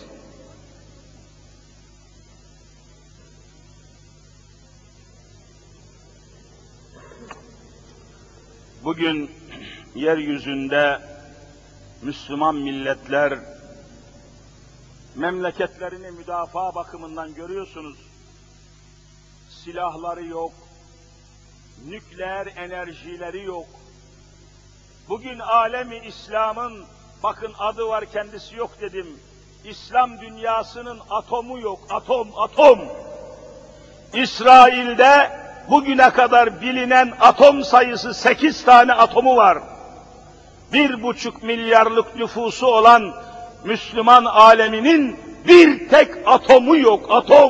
Bugün yeryüzünde Müslüman milletler memleketlerini müdafaa bakımından görüyorsunuz. Silahları yok, nükleer enerjileri yok. Bugün alemi İslam'ın, bakın adı var kendisi yok dedim, İslam dünyasının atomu yok, atom, atom. İsrail'de bugüne kadar bilinen atom sayısı sekiz tane atomu var. Bir buçuk milyarlık nüfusu olan Müslüman aleminin bir tek atomu yok, atom.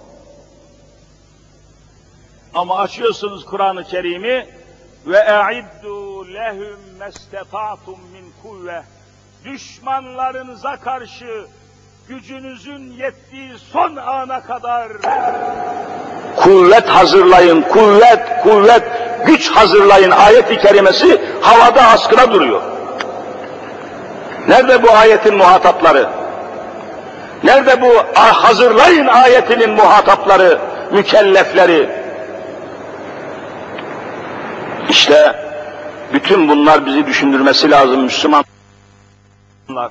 Ama açıyorsunuz Kur'an-ı Kerim'i ve e'iddu lehum mesteta'tum min kuvve. Düşmanlarınıza karşı gücünüzün yettiği son ana kadar kuvvet hazırlayın, kuvvet, kuvvet, güç hazırlayın ayet-i kerimesi havada askıda duruyor. Nerede bu ayetin muhatapları? Nerede bu hazırlayın ayetinin muhatapları, mükellefleri? İşte bütün bunlar bizi düşündürmesi lazım Müslümanlar.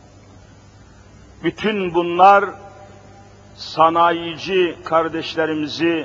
Bütün bunlar sanayici kardeşlerimizi,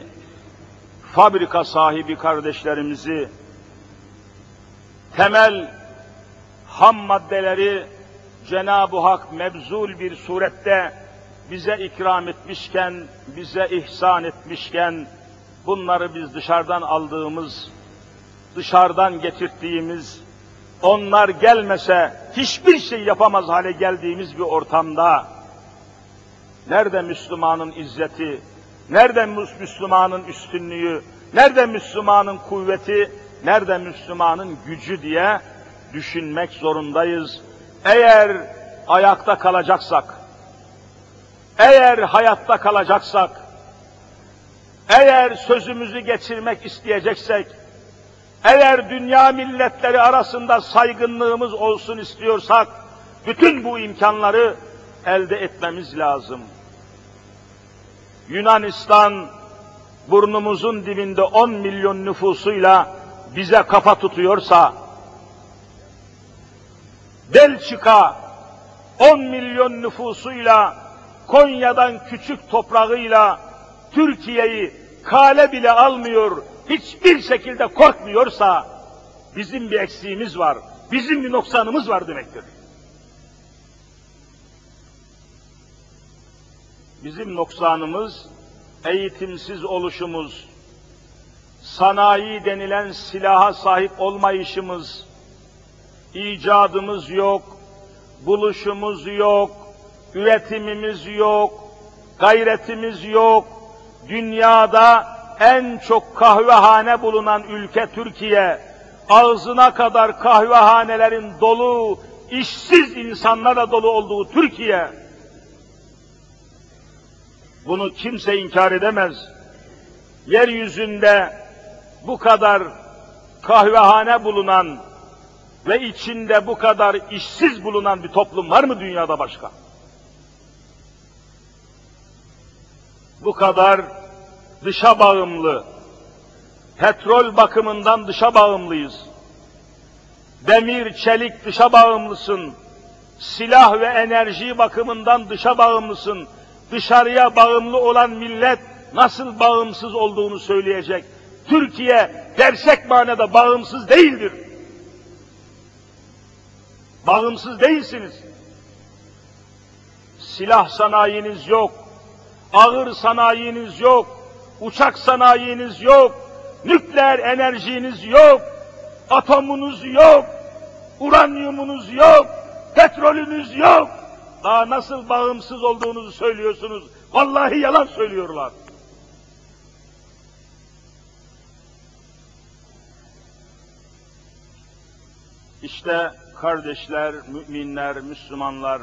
fabrika sahibi kardeşlerimizi, temel ham maddeleri Cenab-ı Hak mebzul bir surette bize ikram etmişken, bize ihsan etmişken, bunları biz dışarıdan aldığımız, dışarıdan getirdiğimiz, onlar gelmese hiçbir şey yapamaz hale geldiğimiz bir ortamda, nerede Müslümanın izzeti, nerede Müslümanın üstünlüğü, nerede Müslümanın kuvveti, nerede Müslümanın gücü diye düşünmek zorundayız. Eğer ayakta kalacaksak, eğer hayatta kalacaksak, eğer sözümüzü geçirmek isteyeceksek, eğer dünya milletleri arasında saygınlığımız olsun istiyorsak, bütün bu imkanları elde etmemiz lazım. Yunanistan, burnumuzun dibinde on milyon nüfusuyla bize kafa tutuyorsa, Belçika on milyon nüfusuyla Konya'dan küçük toprağıyla Türkiye'yi kale bile almıyor, hiçbir şekilde korkmuyorsa bizim bir eksiğimiz var, bizim bir noksanımız var demektir. Bizim noksanımız eğitimsiz oluşumuz, sanayi denilen silaha sahip olmayışımız, icadımız yok, buluşumuz yok, üretimimiz yok, gayretimiz yok. Dünyada en çok kahvehane bulunan ülke Türkiye, ağzına kadar kahvehanelerin dolu, işsiz insanlarla dolu olduğu Türkiye. Bunu kimse inkar edemez. Yeryüzünde bu kadar kahvehane bulunan ve içinde bu kadar işsiz bulunan bir toplum var mı dünyada başka? Bu kadar dışa bağımlı, petrol bakımından dışa bağımlıyız. Demir, çelik dışa bağımlısın. Silah ve enerji bakımından dışa bağımlısın. Dışarıya bağımlı olan millet nasıl bağımsız olduğunu söyleyecek. Türkiye gerçek manada bağımsız değildir. Bağımsız değilsiniz. Silah sanayiniz yok, ağır sanayiniz yok, uçak sanayiniz yok, nükleer enerjiniz yok, atomunuz yok, uranyumunuz yok, petrolünüz yok. Daha nasıl bağımsız olduğunuzu söylüyorsunuz? Vallahi yalan söylüyorlar. İşte kardeşler, müminler, Müslümanlar,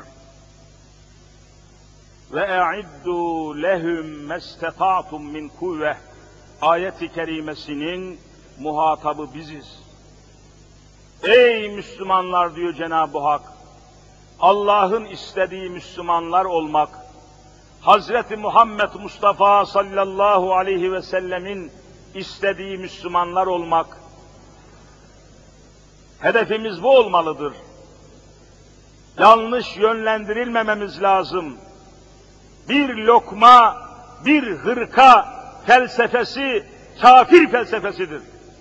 ve e'iddu lehum mesteta'tum min kuvve ayet-i kerimesinin muhatabı biziz. Ey Müslümanlar diyor Cenab-ı Hak, Allah'ın istediği Müslümanlar olmak, Hazreti Muhammed Mustafa sallallahu aleyhi ve sellemin istediği Müslümanlar olmak, hedefimiz bu olmalıdır. Yanlış yönlendirilmememiz lazım. Bir lokma, bir hırka felsefesi kafir felsefesidir.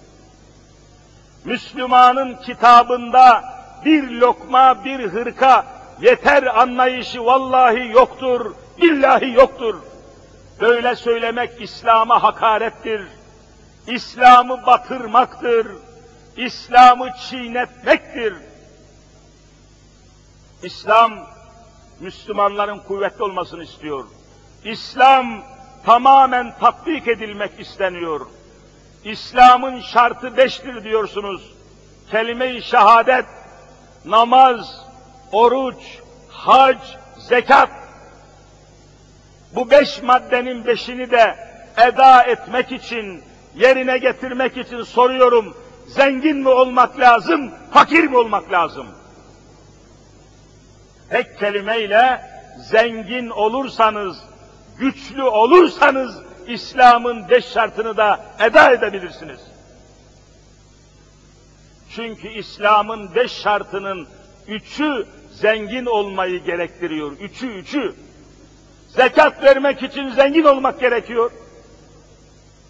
Müslümanın kitabında bir lokma, bir hırka yeter anlayışı vallahi yoktur, billahi yoktur. Böyle söylemek İslam'a hakarettir. İslam'ı batırmaktır. İslam'ı çiğnetmektir. İslam, Müslümanların kuvvetli olmasını istiyor. İslam tamamen tatbik edilmek isteniyor. İslam'ın şartı beştir diyorsunuz. Kelime-i şehadet, namaz, oruç, hac, zekat. Bu beş maddenin beşini de eda etmek için, yerine getirmek için soruyorum. Zengin mi olmak lazım, fakir mi olmak lazım? Tek kelimeyle zengin olursanız, güçlü olursanız İslam'ın beş şartını da eda edebilirsiniz. Çünkü İslam'ın beş şartının üçü zengin olmayı gerektiriyor. Üçü üçü. Zekat vermek için zengin olmak gerekiyor.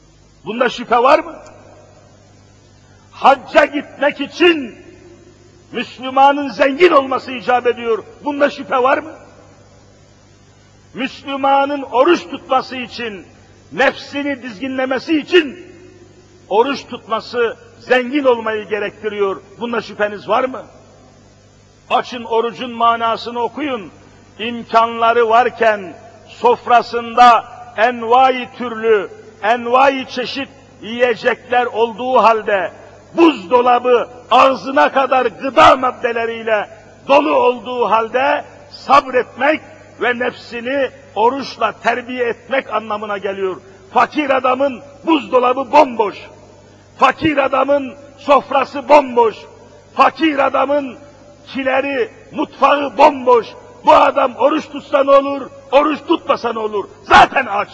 Bunda şüphe var mı? Hacca gitmek için Müslümanın zengin olması icap ediyor. Bunda şüphe var mı? Müslümanın oruç tutması için, nefsini dizginlemesi için oruç tutması zengin olmayı gerektiriyor. Bunda şüpheniz var mı? Açın orucun manasını okuyun. İmkanları varken sofrasında envai türlü, envai çeşit yiyecekler olduğu halde, buzdolabı ağzına kadar gıda maddeleriyle dolu olduğu halde sabretmek ve nefsini oruçla terbiye etmek anlamına geliyor. Fakir adamın buzdolabı bomboş, fakir adamın sofrası bomboş, fakir adamın kileri, mutfağı bomboş. Bu adam oruç tutsa ne olur, oruç tutmasa ne olur? Zaten aç.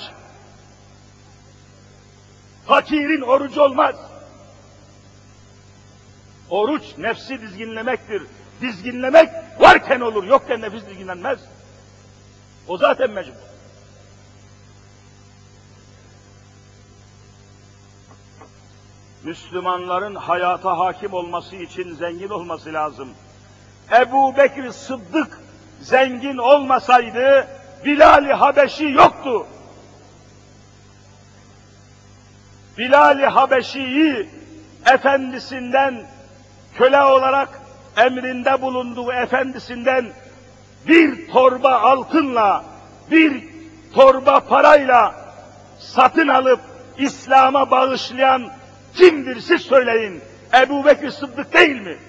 Fakirin orucu olmaz. Oruç nefsi dizginlemektir. Dizginlemek varken olur, yokken nefis dizginlenmez. O zaten mecbur. Müslümanların hayata hakim olması için zengin olması lazım. Ebu Bekir Sıddık zengin olmasaydı Bilal-i Habeşi yoktu. Bilal-i Habeşi'yi efendisinden köle olarak emrinde bulunduğu efendisinden bir torba altınla, bir torba parayla satın alıp İslam'a bağışlayan kimdir siz söyleyin? Ebu Bekir Sıddık değil mi?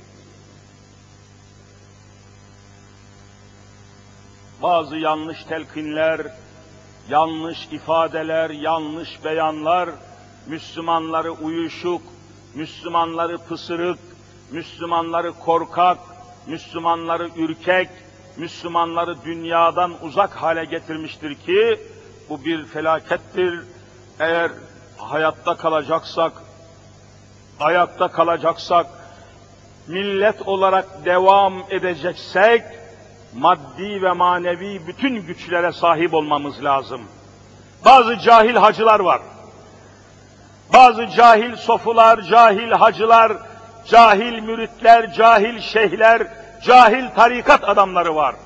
Bazı yanlış telkinler, yanlış ifadeler, yanlış beyanlar, Müslümanları uyuşuk, Müslümanları pısırık, Müslümanları korkak, Müslümanları ürkek, Müslümanları dünyadan uzak hale getirmiştir ki, bu bir felakettir. Eğer hayatta kalacaksak, ayakta kalacaksak, millet olarak devam edeceksek, maddi ve manevi bütün güçlere sahip olmamız lazım. Bazı cahil hacılar var. Bazı cahil sofular, cahil hacılar, cahil müritler, cahil şeyhler, cahil tarikat adamları var.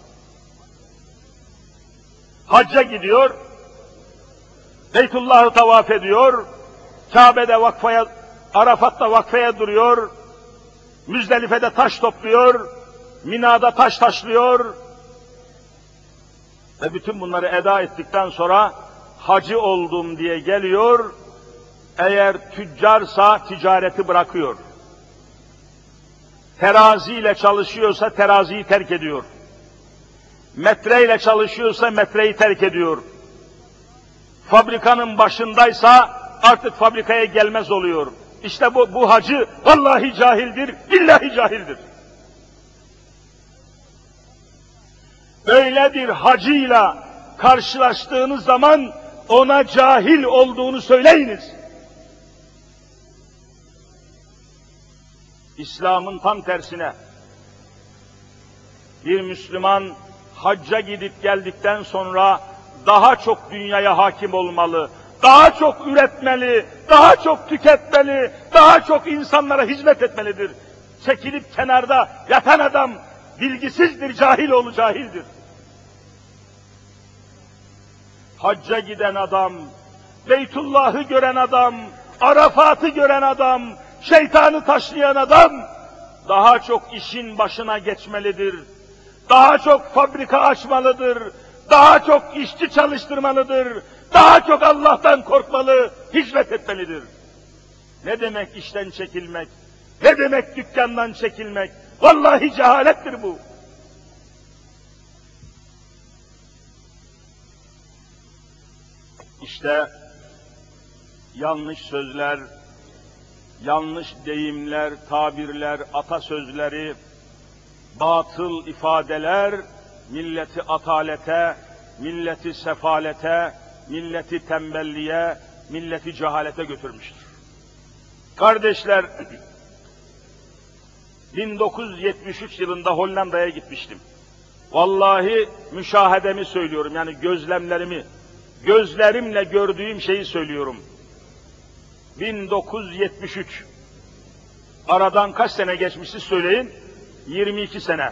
Hacca gidiyor, Beytullah'ı tavaf ediyor, Kabe'de vakfaya, Arafat'ta vakfeye duruyor, Müzdelife'de taş topluyor, Mina'da taş taşlıyor ve bütün bunları eda ettikten sonra hacı oldum diye geliyor. Eğer tüccarsa ticareti bırakıyor. Teraziyle çalışıyorsa teraziyi terk ediyor. Metreyle çalışıyorsa metreyi terk ediyor. Fabrikanın başındaysa artık fabrikaya gelmez oluyor. İşte bu, bu hacı vallahi cahildir, billahi cahildir. Böyle bir hacıyla karşılaştığınız zaman ona cahil olduğunu söyleyiniz. İslam'ın tam tersine bir Müslüman hacca gidip geldikten sonra daha çok dünyaya hakim olmalı, daha çok üretmeli, daha çok tüketmeli, daha çok insanlara hizmet etmelidir. Çekilip kenarda yatan adam bilgisizdir, cahil oğlu cahildir. Hacca giden adam, Beytullah'ı gören adam, Arafat'ı gören adam, şeytanı taşlayan adam daha çok işin başına geçmelidir. Daha çok fabrika açmalıdır. Daha çok işçi çalıştırmalıdır. Daha çok Allah'tan korkmalı, hizmet etmelidir. Ne demek işten çekilmek? Ne demek dükkandan çekilmek? Vallahi cehalettir bu. İşte yanlış sözler, yanlış deyimler, tabirler, atasözleri, batıl ifadeler milleti atalete, milleti sefalete, milleti tembelliğe, milleti cehalete götürmüştür. Kardeşler, bin dokuz yüz yetmiş üç yılında Hollanda'ya gitmiştim. Vallahi müşahedemi söylüyorum, yani gözlemlerimi, gözlerimle gördüğüm şeyi söylüyorum. bin dokuz yüz yetmiş üç. Aradan kaç sene geçmişti söyleyin? yirmi iki sene.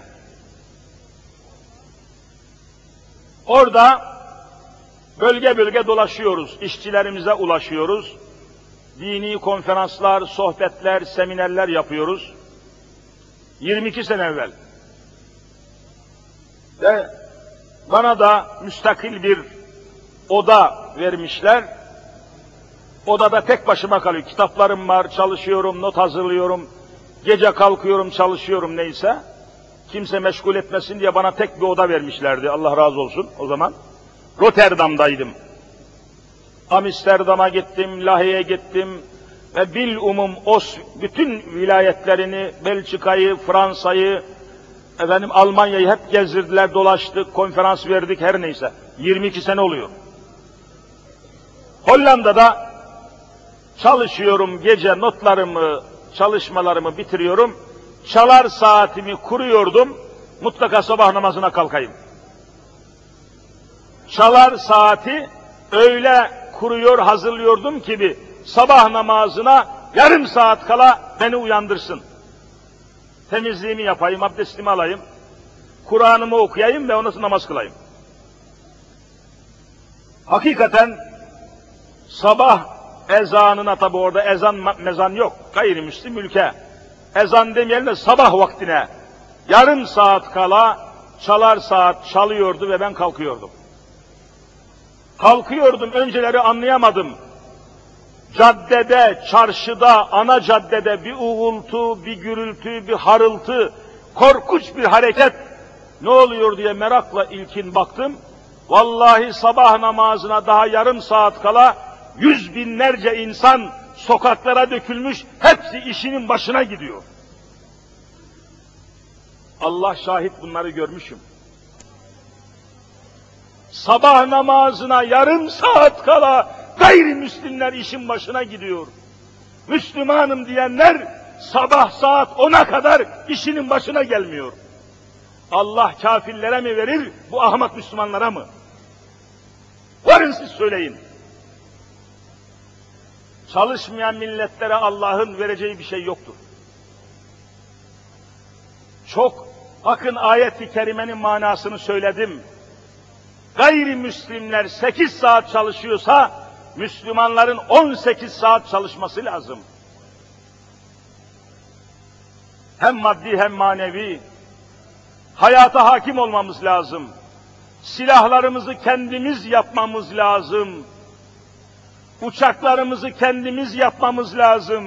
Orada bölge bölge dolaşıyoruz, işçilerimize ulaşıyoruz. Dini konferanslar, sohbetler, seminerler yapıyoruz. yirmi iki sene evvel. Ve bana da müstakil bir oda vermişler. Odada tek başıma kalıyorum. Kitaplarım var, çalışıyorum, not hazırlıyorum. Gece kalkıyorum, çalışıyorum neyse. Kimse meşgul etmesin diye bana tek bir oda vermişlerdi. Allah razı olsun o zaman. Rotterdam'daydım. Amsterdam'a gittim, Lahey'e gittim ve bilumum Os bütün vilayetlerini, Belçika'yı, Fransa'yı, efendim Almanya'yı hep gezdirdiler, dolaştık, konferans verdik her neyse. yirmi iki sene oluyor. Hollanda'da çalışıyorum, gece notlarımı, çalışmalarımı bitiriyorum. Çalar saatimi kuruyordum, mutlaka sabah namazına kalkayım. Çalar saati öyle kuruyor, hazırlıyordum ki bir sabah namazına yarım saat kala beni uyandırsın. Temizliğimi yapayım, abdestimi alayım, Kur'an'ımı okuyayım ve ondan sonra namaz kılayım. Hakikaten sabah ezanına, tabi orada ezan mezan yok, gayrimüslim ülke. Ezan demeyelim de sabah vaktine yarım saat kala çalar saat çalıyordu ve ben kalkıyordum. Kalkıyordum, önceleri anlayamadım. Caddede, çarşıda, ana caddede bir uğultu, bir gürültü, bir harıltı, korkunç bir hareket. Ne oluyor diye merakla ilkin baktım. Vallahi sabah namazına daha yarım saat kala yüz binlerce insan sokaklara dökülmüş, hepsi işinin başına gidiyor. Allah şahit, bunları görmüşüm. Sabah namazına yarım saat kala gayrimüslimler işin başına gidiyor. Müslümanım diyenler sabah saat ona kadar işinin başına gelmiyor. Allah kafirlere mi verir, bu ahmak Müslümanlara mı? Varın siz söyleyin. Çalışmayan milletlere Allah'ın vereceği bir şey yoktur. Çok, bakın ayet-i kerimenin manasını söyledim. Gayrimüslimler sekiz saat çalışıyorsa, Müslümanların on sekiz saat çalışması lazım. Hem maddi hem manevi. Hayata hakim olmamız lazım. Silahlarımızı kendimiz yapmamız lazım. Uçaklarımızı kendimiz yapmamız lazım.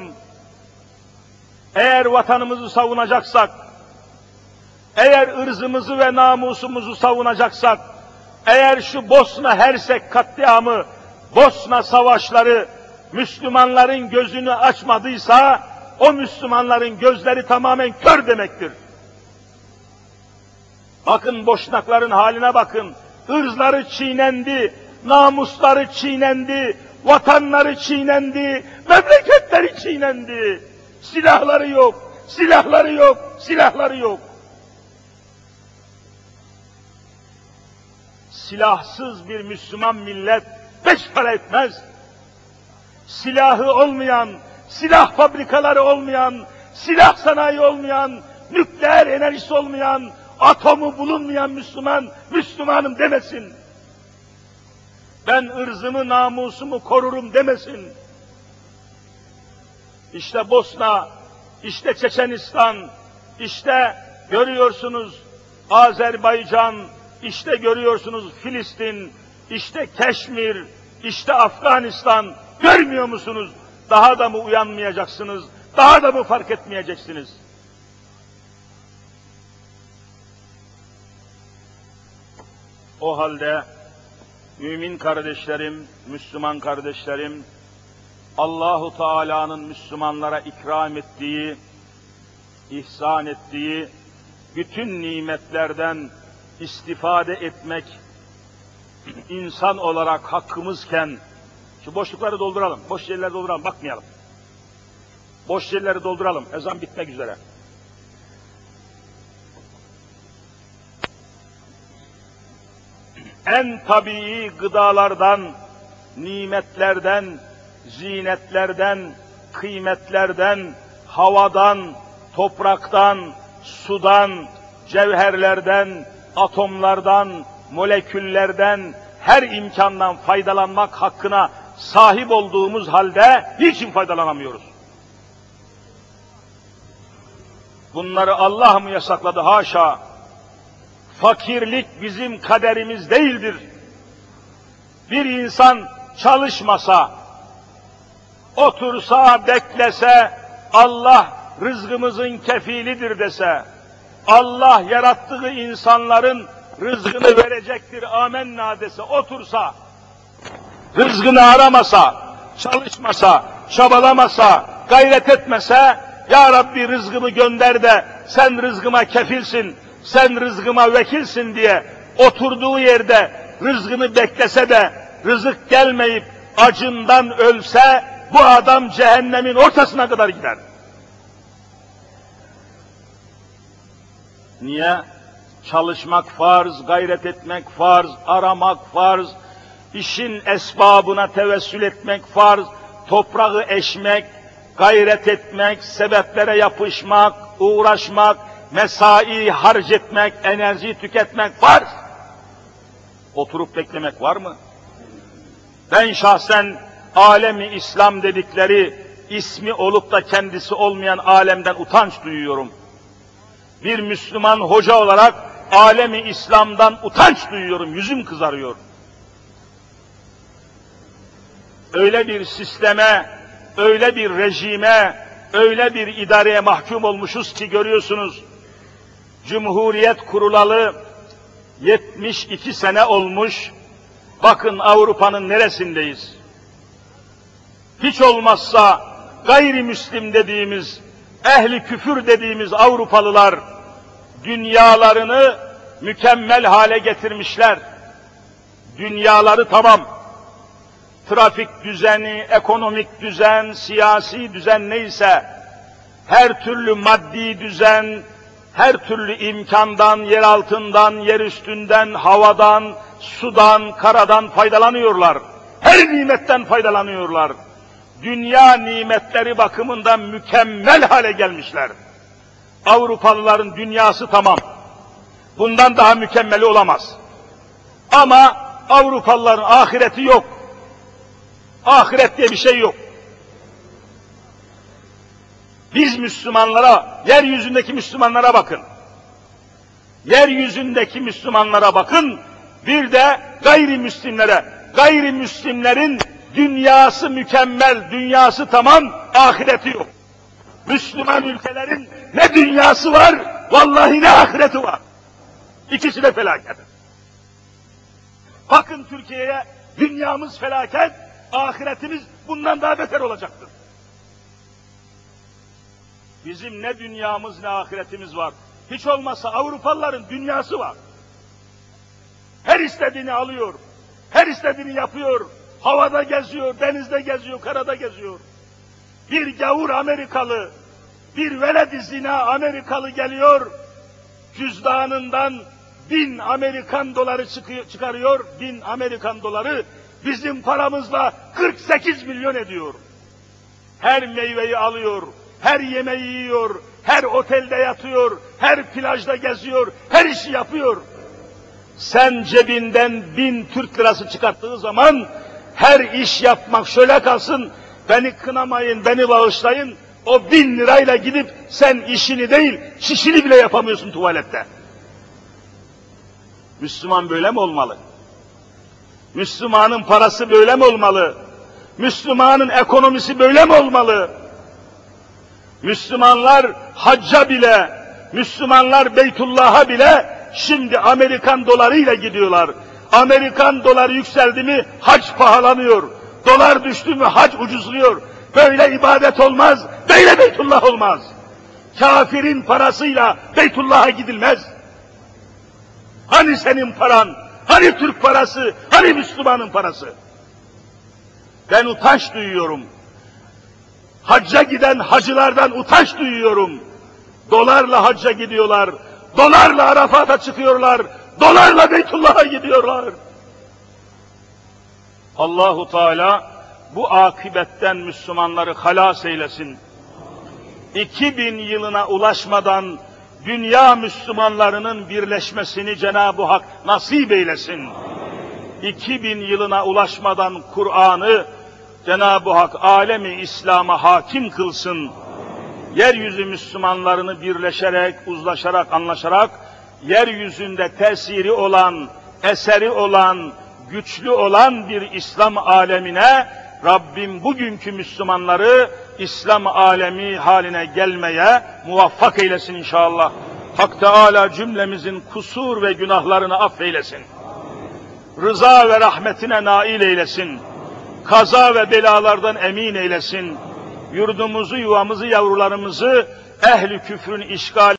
Eğer vatanımızı savunacaksak, eğer ırzımızı ve namusumuzu savunacaksak, eğer şu Bosna Hersek katliamı, Bosna savaşları Müslümanların gözünü açmadıysa, o Müslümanların gözleri tamamen kör demektir. Bakın Boşnakların haline bakın, ırzları çiğnendi, namusları çiğnendi, vatanları çiğnendi, memleketleri çiğnendi. Silahları yok, silahları yok, silahları yok. Silahsız bir Müslüman millet beş para etmez. Silahı olmayan, silah fabrikaları olmayan, silah sanayi olmayan, nükleer enerjisi olmayan, atomu bulunmayan Müslüman, Müslümanım demesin. Ben ırzımı, namusumu korurum demesin. İşte Bosna, işte Çeçenistan, işte görüyorsunuz Azerbaycan, işte görüyorsunuz Filistin, işte Keşmir, işte Afganistan. Görmüyor musunuz? Daha da mı uyanmayacaksınız? Daha da mı fark etmeyeceksiniz? O halde mümin kardeşlerim, Müslüman kardeşlerim, Allahu Teala'nın Müslümanlara ikram ettiği, ihsan ettiği bütün nimetlerden istifade etmek insan olarak hakkımızken, şu boşlukları dolduralım, boş yerleri dolduralım, bakmayalım. Boş yerleri dolduralım, ezan bitmek üzere. En tabii gıdalardan, nimetlerden, zinetlerden, kıymetlerden, havadan, topraktan, sudan, cevherlerden, atomlardan, moleküllerden, her imkandan faydalanmak hakkına sahip olduğumuz halde niçin faydalanamıyoruz? Bunları Allah mı yasakladı? Haşa! Fakirlik bizim kaderimiz değildir. Bir insan çalışmasa, otursa, beklese, Allah rızkımızın kefilidir dese, Allah yarattığı insanların rızkını verecektir, amenna dese, otursa, rızkını aramasa, çalışmasa, çabalamasa, gayret etmese, Ya Rabbi rızkımı gönder de sen rızkıma kefilsin, sen rızkıma vekilsin diye oturduğu yerde rızkını beklese de rızık gelmeyip acından ölse, bu adam cehennemin ortasına kadar gider. Niye? Çalışmak farz, gayret etmek farz, aramak farz, işin esbabına tevessül etmek farz, toprağı eşmek, gayret etmek, sebeplere yapışmak, uğraşmak, mesai harc etmek, enerji tüketmek farz. Oturup beklemek var mı? Ben şahsen alemi İslam dedikleri ismi olup da kendisi olmayan alemden utanç duyuyorum. Bir Müslüman hoca olarak alemi İslam'dan utanç duyuyorum, yüzüm kızarıyor. Öyle bir sisteme, öyle bir rejime, öyle bir idareye mahkum olmuşuz ki görüyorsunuz, Cumhuriyet kurulalı yetmiş iki sene olmuş, bakın Avrupa'nın neresindeyiz? Hiç olmazsa gayrimüslim dediğimiz, ehli küfür dediğimiz Avrupalılar dünyalarını mükemmel hale getirmişler. Dünyaları tamam. Trafik düzeni, ekonomik düzen, siyasi düzen neyse, her türlü maddi düzen, her türlü imkandan, yer altından, yer üstünden, havadan, sudan, karadan faydalanıyorlar. Her nimetten faydalanıyorlar. Dünya nimetleri bakımından mükemmel hale gelmişler. Avrupalıların dünyası tamam. Bundan daha mükemmeli olamaz. Ama Avrupalıların ahireti yok. Ahiret diye bir şey yok. Biz Müslümanlara, yeryüzündeki Müslümanlara bakın. Yeryüzündeki Müslümanlara bakın, bir de gayrimüslimlere. Gayrimüslimlerin dünyası mükemmel, dünyası tamam, ahireti yok. Müslüman ülkelerin ne dünyası var, vallahi ne ahireti var. İkisi de felaket. Bakın Türkiye'ye, dünyamız felaket, ahiretimiz bundan daha beter olacaktır. Bizim ne dünyamız ne ahiretimiz var. Hiç olmazsa Avrupalıların dünyası var. Her istediğini alıyor, her istediğini yapıyor, havada geziyor, denizde geziyor, karada geziyor. Bir gavur Amerikalı, bir veled-i zina Amerikalı geliyor, cüzdanından bin Amerikan doları çıkıyor, çıkarıyor, bin Amerikan doları bizim paramızla kırk sekiz milyon ediyor. Her meyveyi alıyor, her yemeği yiyor, her otelde yatıyor, her plajda geziyor, her işi yapıyor. Sen cebinden bin Türk lirası çıkarttığı zaman her iş yapmak şöyle kalsın, beni kınamayın, beni bağışlayın, o bin lirayla gidip sen işini değil, şişini bile yapamıyorsun tuvalette. Müslüman böyle mi olmalı? Müslümanın parası böyle mi olmalı? Müslümanın ekonomisi böyle mi olmalı? Müslümanlar hacca bile, Müslümanlar Beytullah'a bile şimdi Amerikan dolarıyla gidiyorlar. Amerikan doları yükseldi mi hac pahalanıyor. Dolar düştü mü hac ucuzluyor. Böyle ibadet olmaz, böyle Beytullah olmaz. Kafirin parasıyla Beytullah'a gidilmez. Hani senin paran, hani Türk parası, hani Müslümanın parası? Ben utanç duyuyorum. Hacca giden hacılardan utanç duyuyorum. Dolarla hacca gidiyorlar, dolarla Arafat'a çıkıyorlar, dolarla Beytullah'a gidiyorlar. Allahu Teala bu akibetten Müslümanları halas eylesin. iki bin yılına ulaşmadan dünya Müslümanlarının birleşmesini Cenab-ı Hak nasip eylesin. iki bin yılına ulaşmadan Kur'an'ı Cenab-ı Hak alemi İslam'a hakim kılsın. Yeryüzü Müslümanlarını birleşerek, uzlaşarak, anlaşarak, yeryüzünde tesiri olan, eseri olan, güçlü olan bir İslam alemine Rabbim bugünkü Müslümanları İslam alemi haline gelmeye muvaffak eylesin inşallah. Hak Teâlâ cümlemizin kusur ve günahlarını affeylesin. Rıza ve rahmetine nail eylesin. Kaza ve belalardan emin eylesin. Yurdumuzu, yuvamızı, yavrularımızı ehl-i küfrün işgal